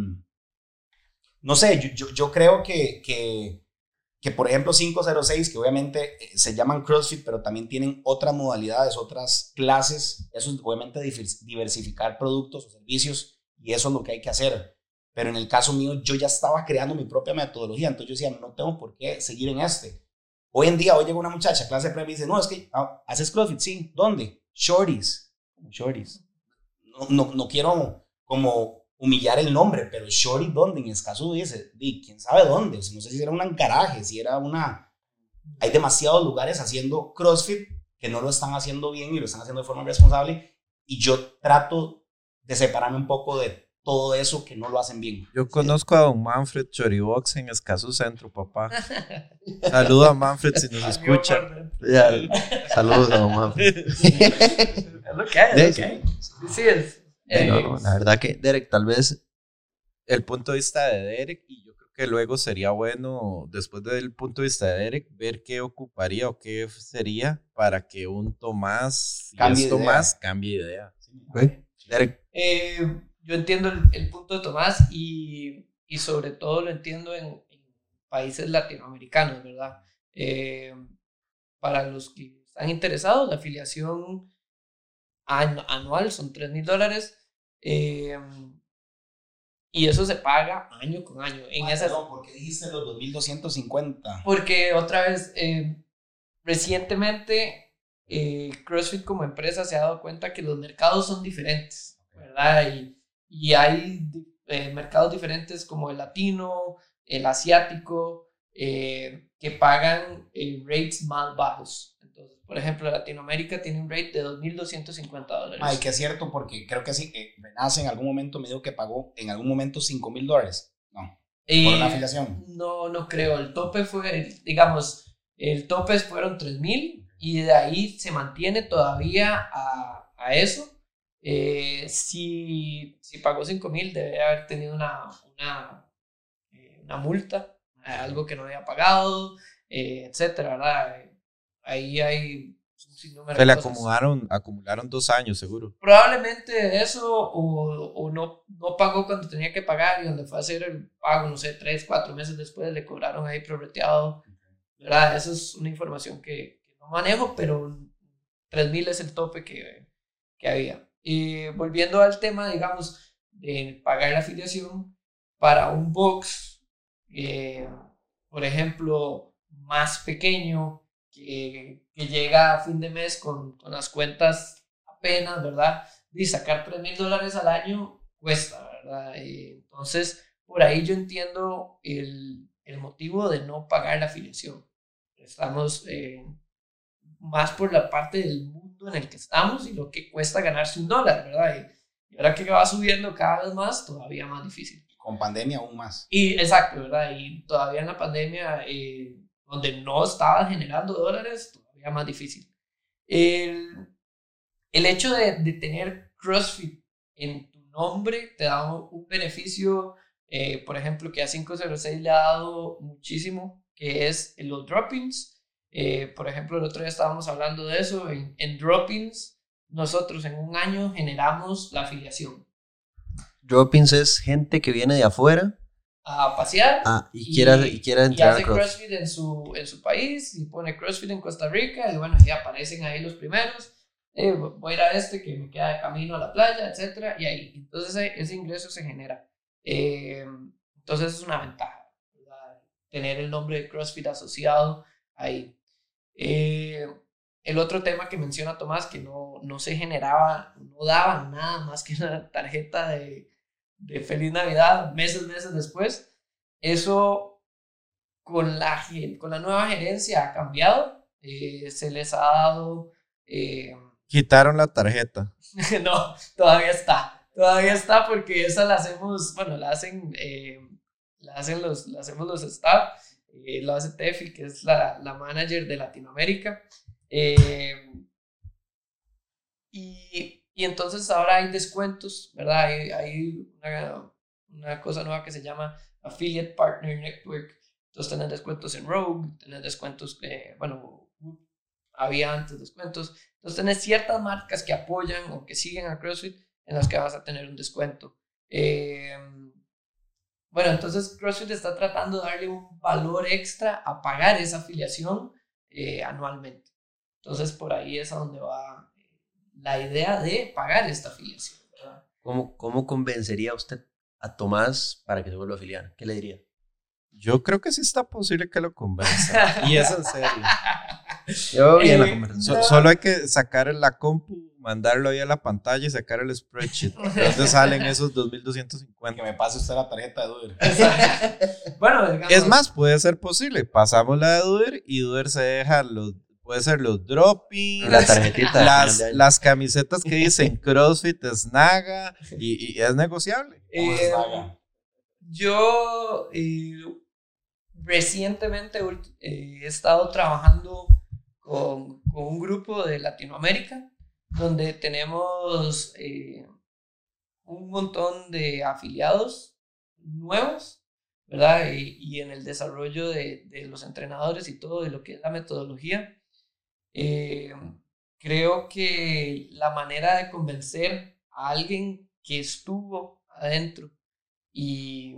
Speaker 4: no sé, yo creo que por ejemplo 506, que obviamente se llaman CrossFit, pero también tienen otras modalidades, otras clases, eso es obviamente diversificar productos o servicios, y eso es lo que hay que hacer. Pero en el caso mío, yo ya estaba creando mi propia metodología, entonces yo decía, no tengo por qué seguir en este. Hoy en día, hoy llega una muchacha a clase de pre y me dice, no, es que haces CrossFit, sí, ¿dónde? Shorties. No quiero como humillar el nombre, pero Shorty, ¿dónde? En Escazú dice, quién sabe dónde, o sea, no sé si era un garaje, si era hay demasiados lugares haciendo CrossFit que no lo están haciendo bien y lo están haciendo de forma responsable, y yo trato de separarme un poco de todo eso que no lo hacen bien.
Speaker 3: Yo conozco a don Manfred Choribox en Escazú Centro, papá. Saluda a Manfred si nos escucha.
Speaker 2: Saludos a don Manfred.
Speaker 1: Es lo que hay. Sí es.
Speaker 2: No, la verdad que, Derek, tal vez
Speaker 3: el punto de vista de Derek, y yo creo que luego sería bueno, después del punto de vista de Derek, ver qué ocuparía o qué sería para que un Tomás
Speaker 4: cambie
Speaker 3: de idea.
Speaker 2: Okay. Derek.
Speaker 1: Yo entiendo el punto de Tomás y sobre todo lo entiendo en países latinoamericanos, ¿verdad? Para los que están interesados, la afiliación anual son $3,000, y eso se paga año con año.
Speaker 4: ¿Por qué dijiste los 2,250?
Speaker 1: Porque otra vez, recientemente, CrossFit como empresa se ha dado cuenta que los mercados son diferentes, ¿verdad? Y hay mercados diferentes como el latino, el asiático, que pagan rates más bajos. Entonces, por ejemplo, Latinoamérica tiene un rate de $2,250.
Speaker 4: Ay, que es cierto, porque creo que sí, Renace en algún momento me dijo que pagó en algún momento $5,000. No, por una afiliación.
Speaker 1: No creo. El tope fueron $3,000 y de ahí se mantiene todavía a eso. Si pagó $5,000 debe haber tenido una multa, algo que no había pagado, etcétera, ¿verdad? Ahí hay un sinnúmero
Speaker 3: Se le
Speaker 1: de cosas.
Speaker 3: acumularon 2 años seguro.
Speaker 1: Probablemente eso, o no pagó cuando tenía que pagar, y donde fue a hacer el pago, no sé, 3-4 meses después le cobraron ahí prorrateado, ¿verdad? Eso es una información que no manejo, pero $3,000 es el tope que había. Y volviendo al tema, digamos, de pagar la afiliación para un box, por ejemplo, más pequeño, que llega a fin de mes con las cuentas apenas, ¿verdad? Y sacar $3,000 al año cuesta, ¿verdad? Entonces, por ahí yo entiendo el motivo de no pagar la afiliación. Estamos más por la parte del mundo en el que estamos y lo que cuesta ganarse $1, ¿verdad? Y ahora que va subiendo cada vez más, todavía más difícil.
Speaker 4: Con pandemia aún más.
Speaker 1: Y exacto, ¿verdad? Y todavía en la pandemia donde no estaba generando dólares, todavía más difícil. El hecho de tener CrossFit en tu nombre te da un beneficio, por ejemplo, que a 506 le ha dado muchísimo, que es los drop-ins. Por ejemplo, el otro día estábamos hablando de eso. En drop-ins, nosotros en un año generamos la afiliación.
Speaker 2: Drop-ins es gente que viene de afuera
Speaker 1: A pasear
Speaker 2: y quiera entrar
Speaker 1: hace
Speaker 2: a CrossFit.
Speaker 1: CrossFit en su país y pone CrossFit en Costa Rica y bueno, ya aparecen ahí los primeros. Voy a ir a este que me queda de camino a la playa, etcétera, y ahí. Entonces ese ingreso se genera. Entonces es una ventaja, ¿verdad? Tener el nombre de CrossFit asociado ahí. El otro tema que menciona Tomás, que no se generaba, no daban nada más que una tarjeta de Feliz Navidad meses después. Eso con la nueva gerencia ha cambiado. Se les ha dado...
Speaker 3: Quitaron la tarjeta.
Speaker 1: No, todavía está porque esa la hacemos, bueno, la hacemos los staff, la hace Tefi, que es la manager de Latinoamérica, y entonces ahora hay descuentos, ¿verdad? Hay una cosa nueva que se llama Affiliate Partner Network. Entonces tenés descuentos en Rogue, tenés descuentos, bueno, había antes descuentos. Entonces tenés ciertas marcas que apoyan o que siguen a CrossFit en las que vas a tener un descuento. Bueno, entonces CrossFit está tratando de darle un valor extra a pagar esa afiliación anualmente. Entonces por ahí es a donde va la idea de pagar esta afiliación, ¿verdad?
Speaker 2: ¿Cómo convencería usted a Tomás para que se vuelva a afiliar? ¿Qué le diría?
Speaker 3: Yo creo que sí está posible que lo convenza. Y es en serio.
Speaker 2: Yo bien la conversación.
Speaker 1: No.
Speaker 3: Solo hay que sacar la compu, mandarlo ahí a la pantalla y sacar el spreadsheet. ¿De dónde salen esos 2.250?
Speaker 4: Que me pase usted la tarjeta de Duder.
Speaker 1: Bueno, digamos,
Speaker 3: Es más, puede ser posible. Pasamos la de Duder y Duder se deja puede ser los droppings,
Speaker 2: La tarjetita.
Speaker 3: las camisetas que dicen CrossFit Snaga y es negociable.
Speaker 4: ¿Cómo se paga?
Speaker 1: yo recientemente he estado trabajando con un grupo de Latinoamérica donde tenemos un montón de afiliados nuevos, ¿verdad? Y en el desarrollo de los entrenadores y todo, de lo que es la metodología. Creo que la manera de convencer a alguien que estuvo adentro y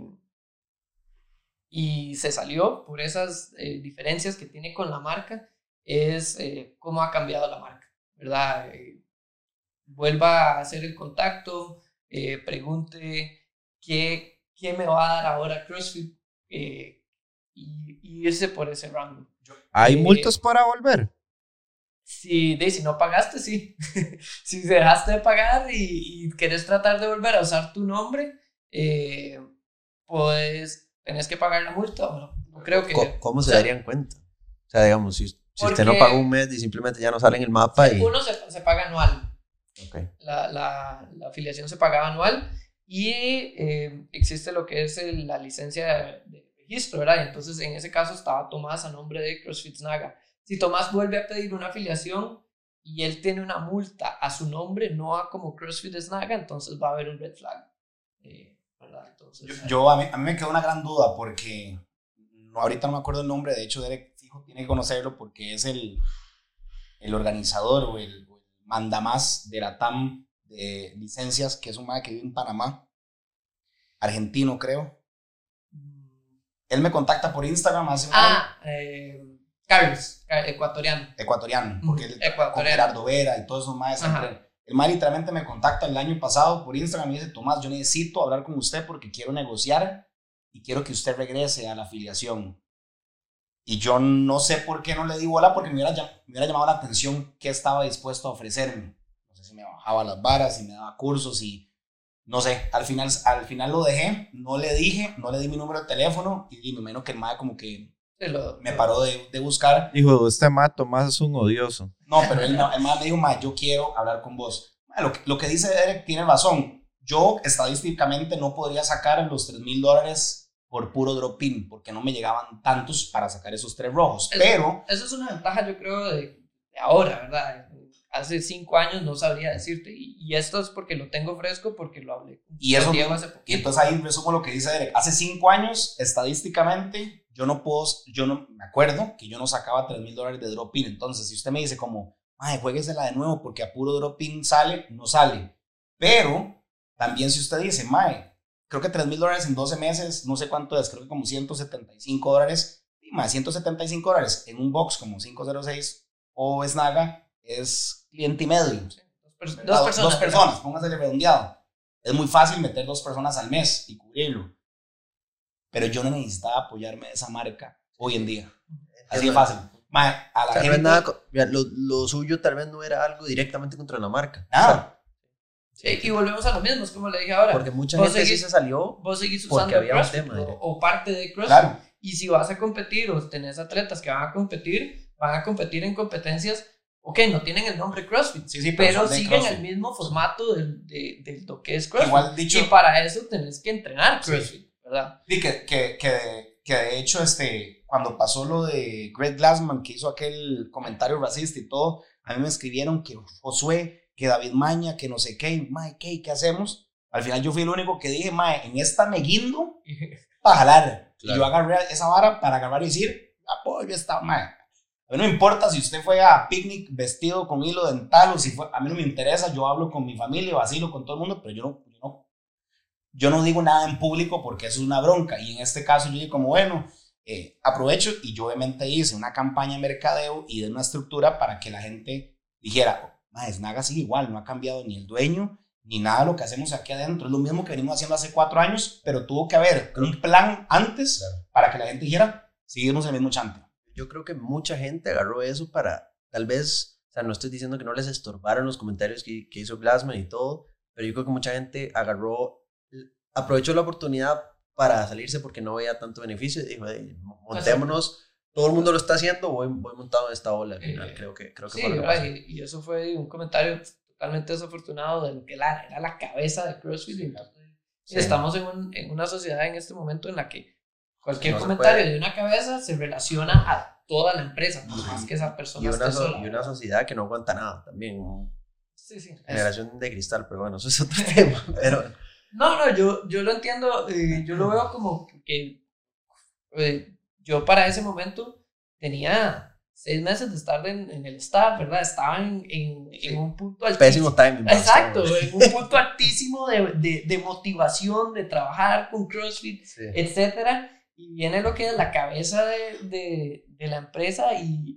Speaker 1: se salió por esas diferencias que tiene con la marca es cómo ha cambiado la marca, ¿verdad? Vuelva a hacer el contacto, pregunte qué me va a dar ahora CrossFit y irse por ese rango.
Speaker 3: ¿Hay multas para volver?
Speaker 1: Si no pagaste, sí. Si dejaste de pagar y querés tratar de volver a usar tu nombre, pues tenés que pagar la multa. Bueno, no creo que...
Speaker 2: ¿Cómo se darían cuenta? O sea, digamos, si usted no paga un mes y simplemente ya no sale en el mapa y...
Speaker 1: Uno se paga anual.
Speaker 2: Okay.
Speaker 1: La afiliación se paga anual y existe lo que es la licencia de registro, ¿verdad? Entonces, en ese caso estaba Tomás a nombre de CrossFit Snaga. Si Tomás vuelve a pedir una afiliación y él tiene una multa a su nombre, no a como CrossFit Snaga, entonces va a haber un red flag. ¿Verdad? Entonces,
Speaker 4: a mí me quedó una gran duda porque ahorita no me acuerdo el nombre. De hecho, Derek fijo tiene que conocerlo porque es el organizador o el mandamás de la TAM de licencias, que es un man que vive en Panamá, argentino creo. Él me contacta por Instagram hace un año.
Speaker 1: Carlos, ecuatoriano,
Speaker 4: porque él
Speaker 1: ecuatoriano.
Speaker 4: con Gerardo Vera y todos esos más. El man literalmente me contacta el año pasado por Instagram y dice: Tomás, yo necesito hablar con usted porque quiero negociar y quiero que usted regrese a la afiliación. Y yo no sé por qué no le di bola, porque me hubiera llamado la atención qué estaba dispuesto a ofrecerme. No sé si me bajaba las varas, si me daba cursos, y no sé. Al final lo dejé, no le di mi número de teléfono y me imagino que el mae como que me paró de buscar.
Speaker 3: Dijo, este mae Tomás es un odioso.
Speaker 4: No, pero el mae me dijo: mae, yo quiero hablar con vos. Lo que dice Derek tiene razón. Yo estadísticamente no podría sacar los $3,000 por puro drop-in, porque no me llegaban tantos para sacar esos 3 rojos.
Speaker 1: Eso es una ventaja, yo creo, de ahora, ¿verdad? Hace 5 años no sabría decirte, y esto es porque lo tengo fresco, porque lo hablé con Diego hace poquito.
Speaker 4: Y entonces ahí resumo lo que dice Derek. Hace 5 años, estadísticamente, yo no me acuerdo que yo no sacaba $3,000 de drop-in. Entonces, si usted me dice como, juéguesela de nuevo porque a puro drop-in sale, no sale. Pero también si usted dice, creo que $3,000 en 12 meses, no sé cuánto es, creo que como $175. Y $175 en un box como 506 o Snaga es cliente y medio. Sí, dos personas, póngasele redondeado. Es muy fácil meter 2 personas al mes y cubrirlo. Pero yo no necesitaba apoyarme de esa marca hoy en día. Así de fácil. A la gente...
Speaker 2: lo suyo tal vez no era algo directamente contra la marca.
Speaker 1: Sí, y volvemos a lo mismo, es como le dije ahora.
Speaker 2: Porque mucha gente sí se salió
Speaker 1: vos seguís usando
Speaker 2: porque había
Speaker 1: CrossFit,
Speaker 2: un tema.
Speaker 1: O parte de CrossFit.
Speaker 4: Claro.
Speaker 1: Y si vas a competir o tenés atletas que van a competir en competencias, no tienen el nombre CrossFit, pero siguen CrossFit. El mismo formato de lo que es CrossFit.
Speaker 4: Igual dicho,
Speaker 1: y para eso tenés que entrenar CrossFit, ¿verdad?
Speaker 4: Sí, que de hecho cuando pasó lo de Greg Glassman, que hizo aquel comentario racista y todo, a mí me escribieron que Josué, que David Maña, que no sé qué, ¿qué hacemos? Al final yo fui el único que dije, en esta me guindo para jalar. Claro. Y yo agarré esa vara para agarrar y decir, apoyo esta, A mí no me importa si usted fue a picnic vestido con hilo dental o si fue, a mí no me interesa, yo hablo con mi familia, vacilo con todo el mundo, pero yo no digo nada en público porque eso es una bronca. Y en este caso yo dije como, aprovecho, y yo obviamente hice una campaña de mercadeo y de una estructura para que la gente dijera, Snaga sigue igual, no ha cambiado ni el dueño, ni nada de lo que hacemos aquí adentro. Es lo mismo que venimos haciendo hace 4 años, pero tuvo que haber un plan antes para que la gente dijera, seguimos el mismo chante.
Speaker 2: Yo creo que mucha gente agarró eso para, tal vez, no estoy diciendo que no les estorbaron los comentarios que hizo Glassman y todo, pero yo creo que mucha gente aprovechó la oportunidad para salirse porque no veía tanto beneficio y dijo, montémonos. Todo el mundo lo está haciendo, voy montado en esta ola al final, creo que
Speaker 1: sí, y eso fue un comentario totalmente desafortunado de lo que era la cabeza de CrossFit. Entonces, estamos en una sociedad en este momento en la que cualquier comentario de una cabeza se relaciona a toda la empresa, no más que esa persona
Speaker 2: y una sociedad que no aguanta nada también.
Speaker 1: Sí.
Speaker 2: Generación de cristal, pero bueno, eso es otro tema. Pero...
Speaker 1: No, yo lo entiendo, yo lo veo como que... yo para ese momento tenía 6 meses de estar en el staff, ¿verdad? Estaba en un punto altísimo.
Speaker 2: Pésimo timing.
Speaker 1: Exacto, en un punto altísimo de motivación, de trabajar con CrossFit, etcétera. Y viene lo que es la cabeza de la empresa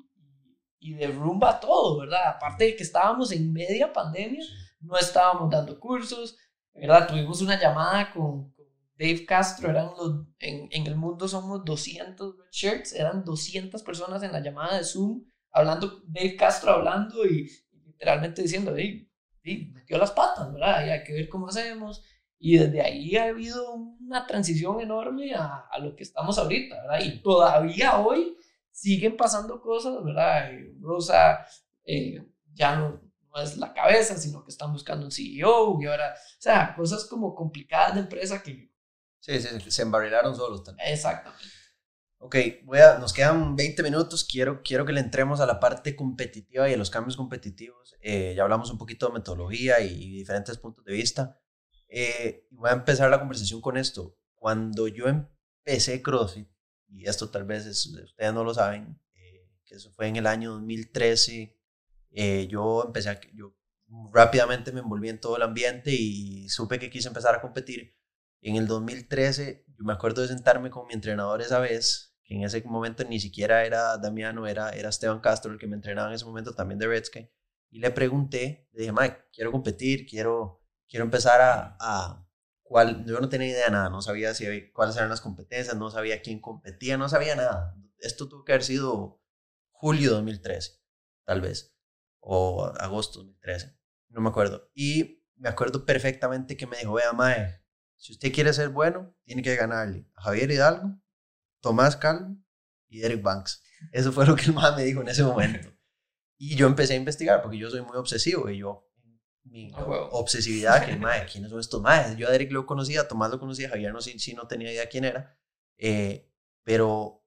Speaker 1: y derrumba todo, ¿verdad? Aparte de que estábamos en media pandemia, no estábamos dando cursos, ¿verdad? Tuvimos una llamada con Dave Castro, en el mundo somos 200 red shirts, eran 200 personas en la llamada de Zoom, Dave Castro hablando y literalmente diciendo, metió las patas, ¿verdad? Y hay que ver cómo hacemos, y desde ahí ha habido una transición enorme a lo que estamos ahorita, ¿verdad? Y todavía hoy siguen pasando cosas, ¿verdad? Rosa ya no es la cabeza, sino que están buscando un CEO, y ahora, cosas como complicadas de empresa que...
Speaker 2: Sí, se embarrilaron solos también.
Speaker 1: Exactamente.
Speaker 2: Ok, nos quedan 20 minutos, quiero que le entremos a la parte competitiva y a los cambios competitivos. Ya hablamos un poquito de metodología y diferentes puntos de vista. Voy a empezar la conversación con esto. Cuando yo empecé CrossFit, y esto tal vez ustedes no lo saben, que eso fue en el año 2013, yo rápidamente me envolví en todo el ambiente y supe que quise empezar a competir. En el 2013, yo me acuerdo de sentarme con mi entrenador esa vez, que en ese momento ni siquiera era Damiano, era Esteban Castro el que me entrenaba en ese momento, también de Redsky, y le pregunté, le dije, Mike, quiero competir, quiero empezar yo no tenía idea de nada, no sabía cuáles eran las competencias, no sabía quién competía, no sabía nada. Esto tuvo que haber sido julio de 2013, tal vez, o agosto de 2013, no me acuerdo. Y me acuerdo perfectamente que me dijo, vea, Mae, si usted quiere ser bueno, tiene que ganarle a Javier Hidalgo, Tomás Calvo y Derek Banks. Eso fue lo que el Mae me dijo en ese momento. Y yo empecé a investigar porque yo soy muy obsesivo y mi obsesividad, que Mae, ¿quiénes son estos Maes? Yo a Derek lo conocía, a Tomás lo conocía, a Javier sí no tenía idea quién era. pero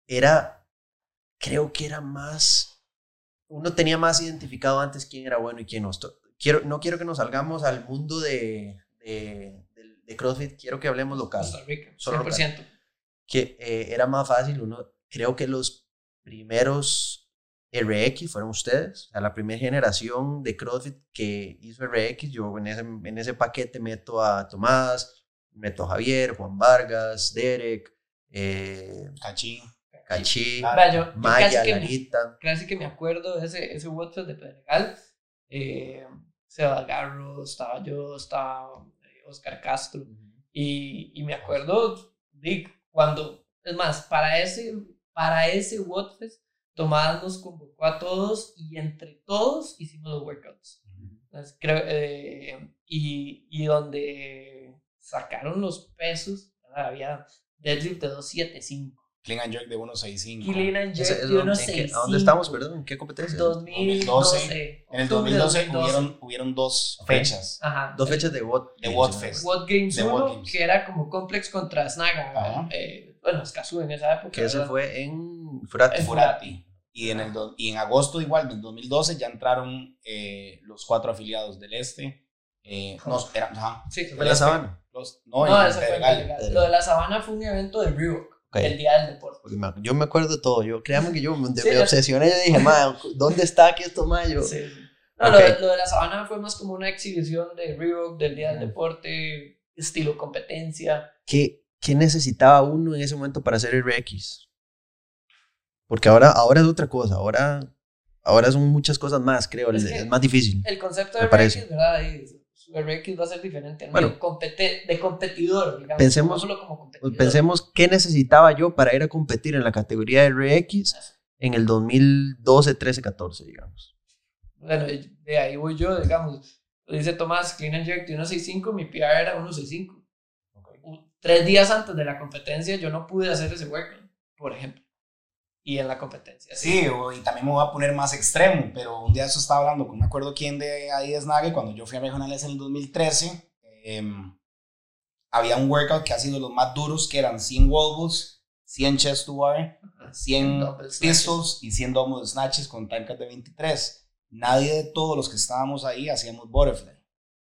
Speaker 2: creo que era más, uno tenía más identificado antes quién era bueno y quién no. No quiero que nos salgamos al mundo de CrossFit, quiero que hablemos local.
Speaker 1: Costa Rica, 100%.
Speaker 2: Solo local. Que era más fácil, creo que los primeros RX fueron ustedes, o sea, la primera generación de CrossFit que hizo RX, yo en ese paquete meto a Tomás, meto a Javier, Juan Vargas, Derek, Cachí, Maya, Larita.
Speaker 1: Casi que me acuerdo de ese WhatsApp de Pedregal. Seba Garro, estaba yo, estaba Oscar Castro. Y me acuerdo de cuando, es más, para ese WhatsApp, Tomás nos convocó a todos y entre todos hicimos los workouts. Entonces, y donde sacaron los pesos, había deadlift de 275.
Speaker 4: Clean and jerk de 165.
Speaker 1: Clean and jerk de 165.
Speaker 2: ¿A dónde estamos, perdón? ¿En qué competencia?
Speaker 1: 2012.
Speaker 4: En el 2012 hubieron dos fechas.
Speaker 1: Ajá.
Speaker 2: Dos fechas de What
Speaker 4: Fest.
Speaker 1: What Games 1, que era como Complex contra Snaga. Bueno, Escazú en esa época.
Speaker 2: Que eso fue en
Speaker 4: Furati. Y en agosto igual del 2012 ya entraron los 4 afiliados del este.
Speaker 1: Sí,
Speaker 2: fue la Sabana.
Speaker 1: No, eso fue Pedregal. Lo de la Sabana fue un evento de Reebok. El día del deporte.
Speaker 2: Yo me acuerdo de todo. Créanme que yo me obsesioné. Yo dije, ¿dónde está aquí esto, mayo?
Speaker 1: Sí. No, lo de la Sabana fue más como una exhibición de Reebok del día del deporte, estilo competencia.
Speaker 2: ¿Qué necesitaba uno en ese momento para hacer RX? Porque ahora es otra cosa. Ahora son muchas cosas más, creo. Es más difícil.
Speaker 1: El concepto de RX, ¿verdad? Su RX va a ser diferente. Bueno, de competidor, digamos.
Speaker 2: Pensemos qué necesitaba yo para ir a competir en la categoría de RX en el 2012, 13, 14, digamos.
Speaker 1: Bueno, de ahí voy yo, digamos. Dice Tomás, Clean and Jerk de 165, mi PR era 165. 3 días antes de la competencia yo no pude hacer ese workout, por ejemplo. Y en la competencia.
Speaker 4: Sí, y también me voy a poner más extremo, pero un día eso estaba hablando con, no me acuerdo quién de ahí de Snagge, cuando yo fui a regionales en el 2013, había un workout que ha sido los más duros, que eran 100 wall balls, 100 chest to bar, 100 pistols y 100 double snatches con tancas de 23. Nadie de todos los que estábamos ahí hacíamos butterfly.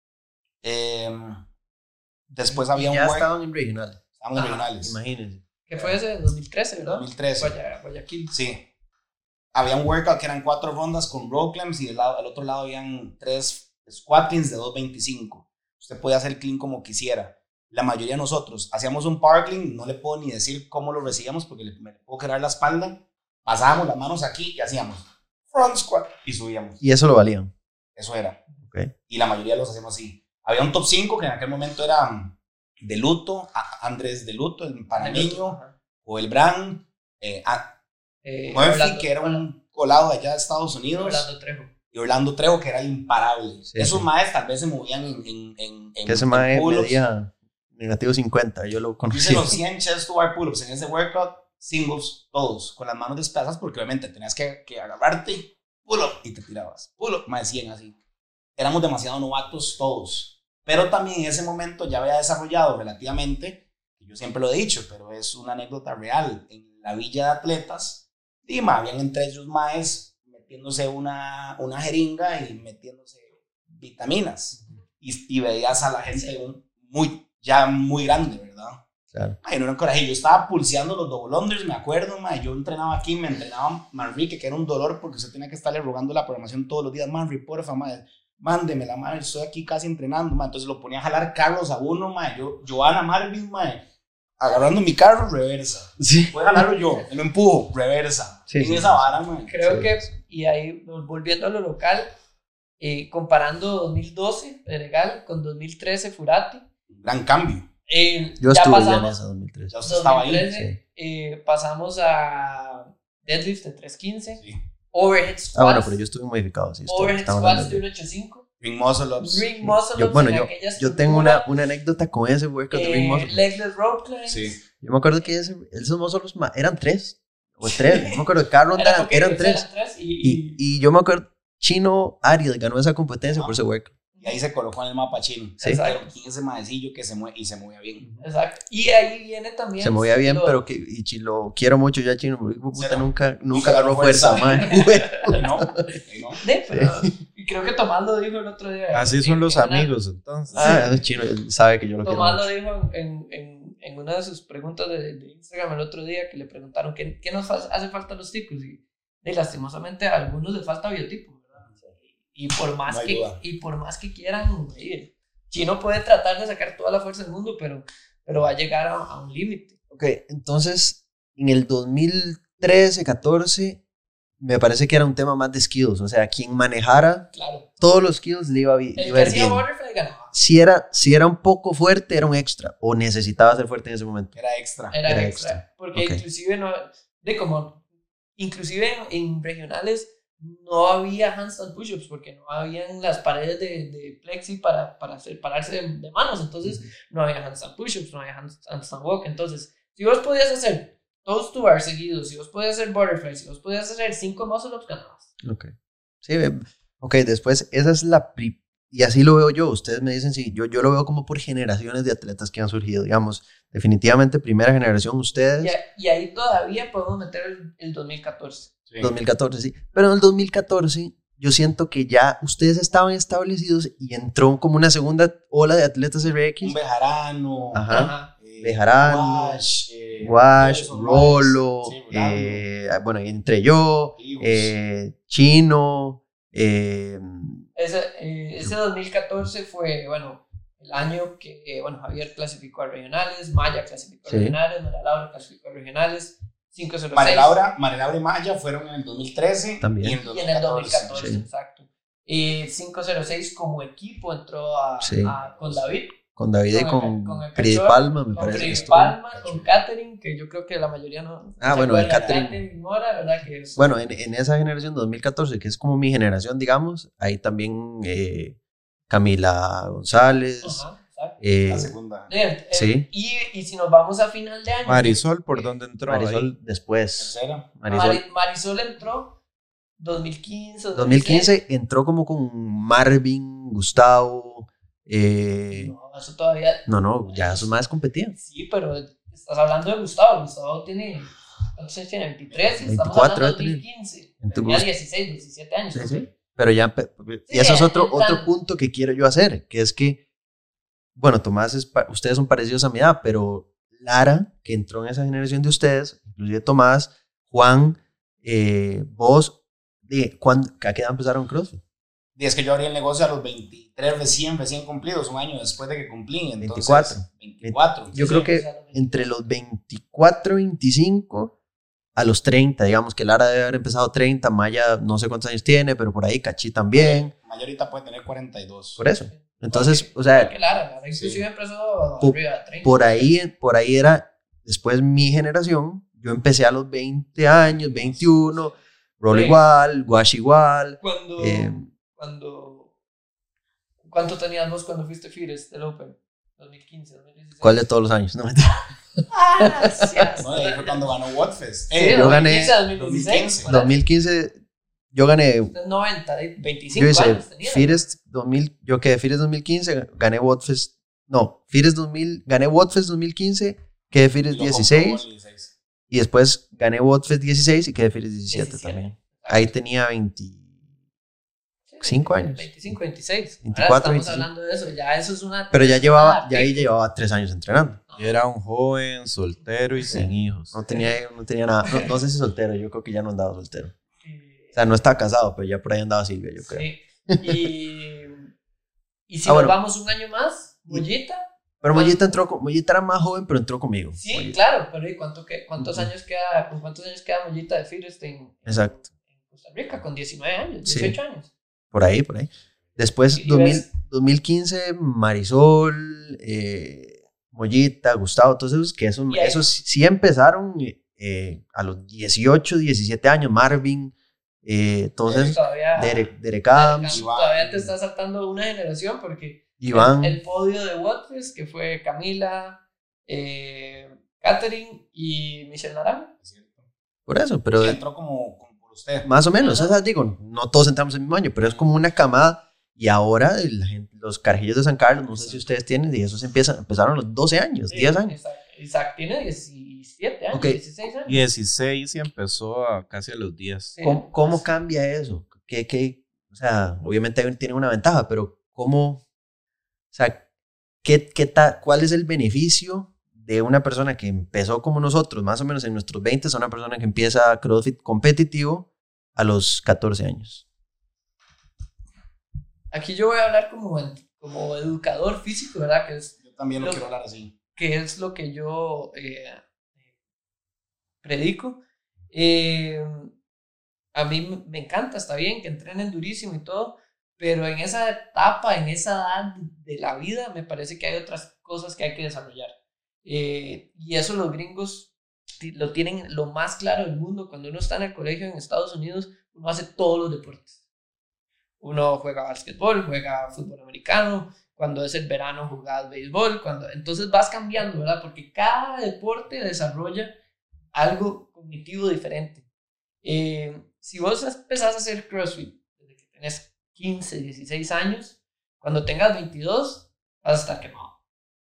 Speaker 4: Después había un workout.
Speaker 2: Ya estaban en regionales.
Speaker 4: Estábamos en regionales.
Speaker 2: Imagínense.
Speaker 1: Que fue ese 2013, ¿verdad?
Speaker 4: 2013.
Speaker 1: Guayaquil.
Speaker 4: Sí. Había un workout que eran 4 rondas con row climbs y al otro lado habían 3 squatings de 225. Usted podía hacer clean como quisiera. La mayoría de nosotros hacíamos un power clean, no le puedo ni decir cómo lo recibíamos porque me puedo quedar la espalda. Pasábamos las manos aquí y hacíamos front squat y subíamos.
Speaker 2: ¿Y eso lo valían?
Speaker 4: Eso era.
Speaker 2: Okay.
Speaker 4: Y la mayoría los hacíamos así. Había un top 5 que en aquel momento era de Luto, Andrés de Luto, el panameño, o el Brand, Murphy,
Speaker 1: Orlando,
Speaker 4: que era un colado de allá de Estados Unidos, y Orlando Trejo, que era el imparable. Sí, esos maes tal vez se movían en
Speaker 2: que ese mae medía negativo 50, yo lo conocí.
Speaker 4: Hice los 100 chest to bar pull-ups en ese workout, singles, todos, con las manos desplazadas, porque obviamente tenías que agarrarte, pull-up, y te tirabas, pull-up, más de 100 así. Éramos demasiado novatos todos. Pero también en ese momento ya había desarrollado relativamente, yo siempre lo he dicho, pero es una anécdota real, en la villa de atletas, habían entre ellos maes metiéndose una jeringa y metiéndose vitaminas, y veías a la gente ya muy grande, ¿verdad?
Speaker 2: Claro.
Speaker 4: No era un coraje, yo estaba pulseando los double unders, me acuerdo, yo entrenaba aquí, me entrenaba Manrique, que era un dolor porque usted tenía que estarle rogando la programación todos los días, Manrique, porfa, mándemela, madre, estoy aquí casi entrenando, madre. Entonces lo ponía a jalar carros a uno, madre. Joana Marvin, madre, agarrando mi carro, reversa.
Speaker 2: Sí.
Speaker 4: Puedo jalarlo yo, lo empujo, reversa.
Speaker 2: Sí,
Speaker 4: en esa vara, madre.
Speaker 1: Creo que, y ahí volviendo a lo local, comparando 2012, Pedregal, con 2013, Furati.
Speaker 4: Gran cambio.
Speaker 2: Yo estuve ya en esa 2013.
Speaker 4: Ya usted estaba ahí.
Speaker 1: Sí. Pasamos a deadlift de 315. Sí. Overhead squats.
Speaker 2: Bueno, pero yo estuve modificado. Sí,
Speaker 1: overhead squats de 185.
Speaker 4: Ring muscle ups.
Speaker 1: Ring muscle ups.
Speaker 2: Yo tengo una anécdota con ese workout de ring muscle.
Speaker 1: Legless rope climbs.
Speaker 2: Sí. Yo me acuerdo que esos muscle ups eran 3 o 3. Yo me acuerdo que cada ronda eran 3. Y yo me acuerdo, Chino Ariel ganó esa competencia por ese workout.
Speaker 4: Y ahí se colocó en el mapa chino.
Speaker 2: Sí.
Speaker 4: Pero ¿quién es ese maecillo que se mueve y se movía bien?
Speaker 1: Exacto. Y ahí viene también.
Speaker 2: Se movía bien,
Speaker 1: lo-
Speaker 2: pero que y lo quiero mucho ya Chino, porque puta,
Speaker 4: Cero.
Speaker 2: nunca agarró fuerza, man.
Speaker 4: Y no, y no.
Speaker 1: Pero, y creo que Tomás lo dijo el otro día.
Speaker 3: Así son los
Speaker 1: en una-
Speaker 3: amigos, entonces.
Speaker 2: Ah, el Chino él sabe que yo lo quiero
Speaker 1: Tomás
Speaker 2: mucho.
Speaker 1: lo dijo en una de sus preguntas de Instagram el otro día, que le preguntaron qué nos hace falta a los ticos. Y lastimosamente a algunos les falta biotipo, ¿verdad? Y por más,
Speaker 4: No hay
Speaker 1: que,
Speaker 4: duda.
Speaker 1: y por más que quieran, Chino puede tratar de sacar toda la fuerza del mundo, pero va a llegar a un límite.
Speaker 2: Ok, entonces en el 2013, 14, me parece que era un tema más de skills. O sea, quien manejara
Speaker 1: Claro.
Speaker 2: todos los skills le iba a
Speaker 1: El
Speaker 2: ir
Speaker 1: que hacía
Speaker 2: bien.
Speaker 1: Butterfly ganaba.
Speaker 2: Si era un poco fuerte, era un extra. O necesitaba ser fuerte en ese momento.
Speaker 4: Era extra.
Speaker 1: Era
Speaker 2: Era
Speaker 1: extra.
Speaker 2: extra.
Speaker 1: Porque
Speaker 2: Ok.
Speaker 1: inclusive en regionales no había handstand push-ups porque no habían las paredes de plexi para pararse de manos. Entonces no había handstand push-ups, no había handstand walk. Entonces, si vos podías hacer toes to bar seguidos, si vos podías hacer butterfly, si vos podías hacer 5 muscle-ups, ganabas.
Speaker 2: Ok. Sí, ok, después esa es y así lo veo yo. Ustedes me dicen, sí, yo lo veo como por generaciones de atletas que han surgido. Digamos, definitivamente primera generación ustedes,
Speaker 1: Y ahí todavía podemos meter el 2014.
Speaker 4: Sí.
Speaker 2: 2014, sí. Pero en el 2014 yo siento que ya ustedes estaban establecidos y entró como una segunda ola de atletas RX.
Speaker 4: Un Bejarano.
Speaker 2: Ajá.
Speaker 1: Ajá.
Speaker 2: Bejarano,
Speaker 4: Wash.
Speaker 2: Wash,
Speaker 4: Nelson
Speaker 2: Rolo,
Speaker 4: Rice, sí, Rolando.
Speaker 2: bueno, entre yo,
Speaker 4: Hijos.
Speaker 2: Chino,
Speaker 1: Ese 2014 fue, bueno, el año que, bueno, Javier clasificó a regionales, Maya clasificó a
Speaker 2: Sí.
Speaker 1: regionales, María Laura clasificó a regionales, 506.
Speaker 4: María Laura y Maya fueron en el 2013
Speaker 2: También.
Speaker 4: y en
Speaker 1: Y en el 2014,
Speaker 2: sí.
Speaker 1: exacto. 506 como equipo entró
Speaker 2: Sí.
Speaker 1: con David,
Speaker 2: con David y
Speaker 1: con
Speaker 2: con
Speaker 1: el
Speaker 2: Pris
Speaker 1: Cachorro,
Speaker 2: Palma, me
Speaker 1: con
Speaker 2: parece que
Speaker 1: Freddy
Speaker 2: estuvo.
Speaker 1: Palma, con Catherine, que yo creo que la mayoría no.
Speaker 2: Ah,
Speaker 1: se
Speaker 2: bueno, el
Speaker 1: acuerda de
Speaker 2: Catherine.
Speaker 1: Mora, ¿verdad? Que es,
Speaker 2: Bueno, en esa generación 2014, que es como mi generación, digamos, ahí también Camila González,
Speaker 1: Ajá, exacto.
Speaker 4: La segunda.
Speaker 2: Sí.
Speaker 1: Y si nos vamos a final de año.
Speaker 3: Marisol, ¿por dónde entró?
Speaker 2: Marisol después.
Speaker 4: Tercera.
Speaker 2: Marisol.
Speaker 1: Marisol entró 2015.
Speaker 2: 2015 entró como con Marvin, Gustavo.
Speaker 1: No, eso todavía.
Speaker 2: No, ya esos más competían.
Speaker 1: Sí, pero estás hablando de Gustavo. Gustavo tiene. ¿Cuántos años tiene? 23. Y estamos
Speaker 2: 24
Speaker 1: hablando de
Speaker 2: debe tener.
Speaker 1: 2015.
Speaker 2: Entonces,
Speaker 1: Tenía 16, 17 años.
Speaker 2: Sí,
Speaker 1: ¿no?
Speaker 2: sí. Pero ya, y
Speaker 1: Sí,
Speaker 2: eso es otro
Speaker 1: entrando.
Speaker 2: punto que quiero yo hacer, que es que, bueno, Tomás, ustedes son parecidos a mi edad, pero Lara, que entró en esa generación de ustedes, inclusive Tomás, Juan, vos, ¿a qué edad empezaron CrossFit?
Speaker 4: Y es que yo abrí el negocio a los 23 recién cumplidos, un año después de que cumplí. Entonces, 24.
Speaker 2: Yo creo que entre los 24 y 25 a los 30, digamos que Lara debe haber empezado 30, Maya no sé cuántos años tiene, pero por ahí Cachi también,
Speaker 4: Mayorita puede tener 42.
Speaker 2: por eso. Entonces,
Speaker 1: Porque-
Speaker 2: o sea,
Speaker 1: porque Lara inclusive empezó
Speaker 2: Por-
Speaker 1: arriba de 30.
Speaker 2: por ahí era después mi generación. Yo empecé a los 20 años, 21, Roll
Speaker 1: Sí.
Speaker 2: igual, Wash igual.
Speaker 1: ¿Cuánto tenías vos cuando fuiste Fires del Open? 2015, 2016.
Speaker 2: ¿Cuál de todos los años? No, mentira.
Speaker 1: Gracias.
Speaker 4: No, y ahí fue cuando ganó Wattfest.
Speaker 1: Sí,
Speaker 2: yo gané
Speaker 1: 2015, 2016.
Speaker 2: 2015, yo gané.
Speaker 1: 90, 25
Speaker 2: Yo hice
Speaker 1: años tenía.
Speaker 2: Fires 2000, yo quedé Fires 2015, gané Wattfest. No, Fires 2000, gané Wattfest 2015, quedé Fires 16 y después gané Wattfest 16 y quedé Fires 17 también. Ahí tenía 25 años.
Speaker 1: 25, 26.
Speaker 2: 24,
Speaker 1: Ahora estamos
Speaker 2: 25.
Speaker 1: hablando de eso. Ya eso es una.
Speaker 2: Pero ya ahí
Speaker 1: pico.
Speaker 2: llevaba 3 años entrenando.
Speaker 3: Y era un joven, soltero y sin hijos.
Speaker 2: No tenía nada. No sé si soltero, yo creo que ya no andaba soltero. O sea, no estaba casado, pero ya por ahí andaba Silvia, yo creo.
Speaker 1: Sí. Y si
Speaker 2: bueno.
Speaker 1: nos vamos un año más, Mollita.
Speaker 2: Pero Mollita era más joven, pero entró conmigo.
Speaker 1: Sí,
Speaker 2: Mollita.
Speaker 1: claro, pero ¿y cuántos
Speaker 2: Ujú.
Speaker 1: años queda, con cuántos años queda Mollita de Fires en
Speaker 2: Exacto.
Speaker 1: Costa Rica? Con 19 años,
Speaker 2: Sí.
Speaker 1: 18 años.
Speaker 2: Por ahí. Después,
Speaker 1: Y ves-
Speaker 2: 2015, Marisol, Mollita, Gustavo, todos esos, que
Speaker 1: Y ahí-
Speaker 2: esos sí empezaron a los 18, 17 años. Marvin, todos esos.
Speaker 1: Todavía,
Speaker 2: Derek Adams,
Speaker 1: todavía te está saltando una generación porque
Speaker 2: Iván.
Speaker 1: el podio de Wattfest, que fue Camila, Catherine y Michelle Naranjo.
Speaker 2: Por eso, pero
Speaker 4: Sí, entró como por usted.
Speaker 2: más o menos.
Speaker 1: Ajá.
Speaker 2: O sea, digo, no todos entramos en el mismo año, pero es como una camada. Y ahora los carajillos de San Carlos, no sé si ustedes tienen, y esos empezaron a los 12 años, 10 años.
Speaker 1: Isaac tiene 17 años,
Speaker 2: Okay.
Speaker 1: 16 años.
Speaker 3: 16 y empezó casi a los 10.
Speaker 1: Sí.
Speaker 2: ¿Cómo cambia eso? O sea, obviamente tiene una ventaja, pero ¿cómo? O sea, ¿cuál es el beneficio de una persona que empezó como nosotros, más o menos en nuestros 20, a una persona que empieza CrossFit competitivo a los 14 años?
Speaker 1: Aquí yo voy a hablar como educador físico, ¿verdad?
Speaker 4: Yo también lo quiero hablar así.
Speaker 1: Que es lo que yo predico. A mí me encanta, está bien que entrenen durísimo y todo, pero en esa etapa, en esa edad de la vida, me parece que hay otras cosas que hay que desarrollar. Y eso los gringos lo tienen lo más claro del mundo. Cuando uno está en el colegio en Estados Unidos, uno hace todos los deportes. Uno juega básquetbol, juega fútbol americano, cuando es el verano jugás béisbol, entonces vas cambiando, ¿verdad? Porque cada deporte desarrolla algo cognitivo diferente. Si vos empezás a hacer CrossFit desde que tenés 15, 16 años, cuando tengas 22 vas a estar quemado.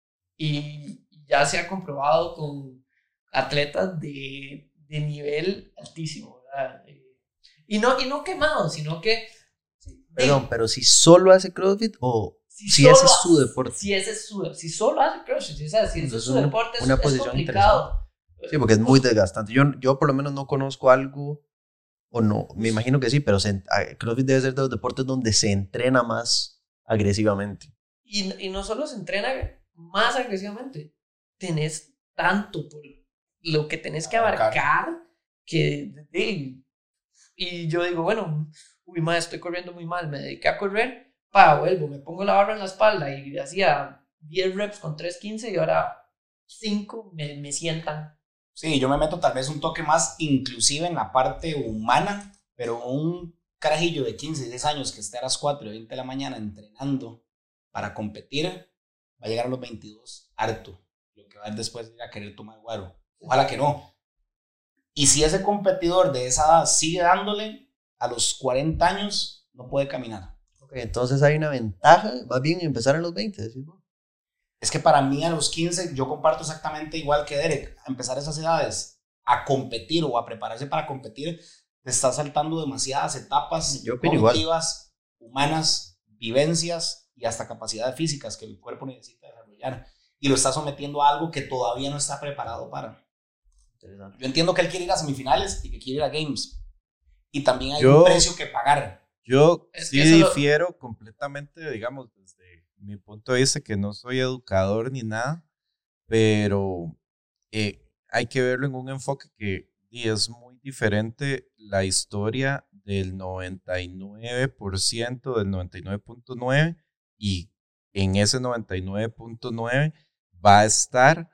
Speaker 1: Y ya se ha comprobado con atletas de nivel altísimo, ¿verdad? Y no quemado, sino que...
Speaker 2: Perdón, pero si solo hace CrossFit o si ese es su deporte.
Speaker 1: Si solo hace CrossFit, si ese es su deporte,
Speaker 2: una
Speaker 1: es
Speaker 2: posición
Speaker 1: complicado.
Speaker 2: Sí, porque es muy desgastante. Yo por lo menos no conozco algo, o no, me imagino que sí, pero CrossFit debe ser de los deportes donde se entrena más agresivamente.
Speaker 1: Y no solo se entrena más agresivamente, tenés tanto por lo que tenés que abarcar que... Y yo digo, bueno, estoy corriendo muy mal, me dediqué a correr, vuelvo, me pongo la barra en la espalda y hacía 10 reps con 3:15 y ahora 5 me sientan.
Speaker 4: Sí, yo me meto tal vez un toque más inclusive en la parte humana, pero un carajillo de 15, 10 años que esté a las 4 y 20 de la mañana entrenando para competir, va a llegar a los 22 harto. Lo que va a después ir a querer tomar guaro. Ojalá que no. Y si ese competidor de esa edad sigue dándole, a los 40 años no puede caminar.
Speaker 2: Okay, entonces hay una ventaja, más bien empezar a los 20, ¿decís vos?
Speaker 4: Es que para mí a los 15 yo comparto exactamente igual que Derek. A empezar esas edades a competir o a prepararse para competir, te está saltando demasiadas etapas cognitivas, humanas, vivencias y hasta capacidades físicas que el cuerpo necesita desarrollar. Y lo está sometiendo a algo que todavía no está preparado para. Yo entiendo que él quiere ir a semifinales y que quiere ir a Games. Y también hay un precio que pagar.
Speaker 3: Yo sí difiero completamente, digamos, desde mi punto de vista, que no soy educador ni nada, pero hay que verlo en un enfoque que es muy diferente la historia del 99%, del 99.9%, y en ese 99.9% va a estar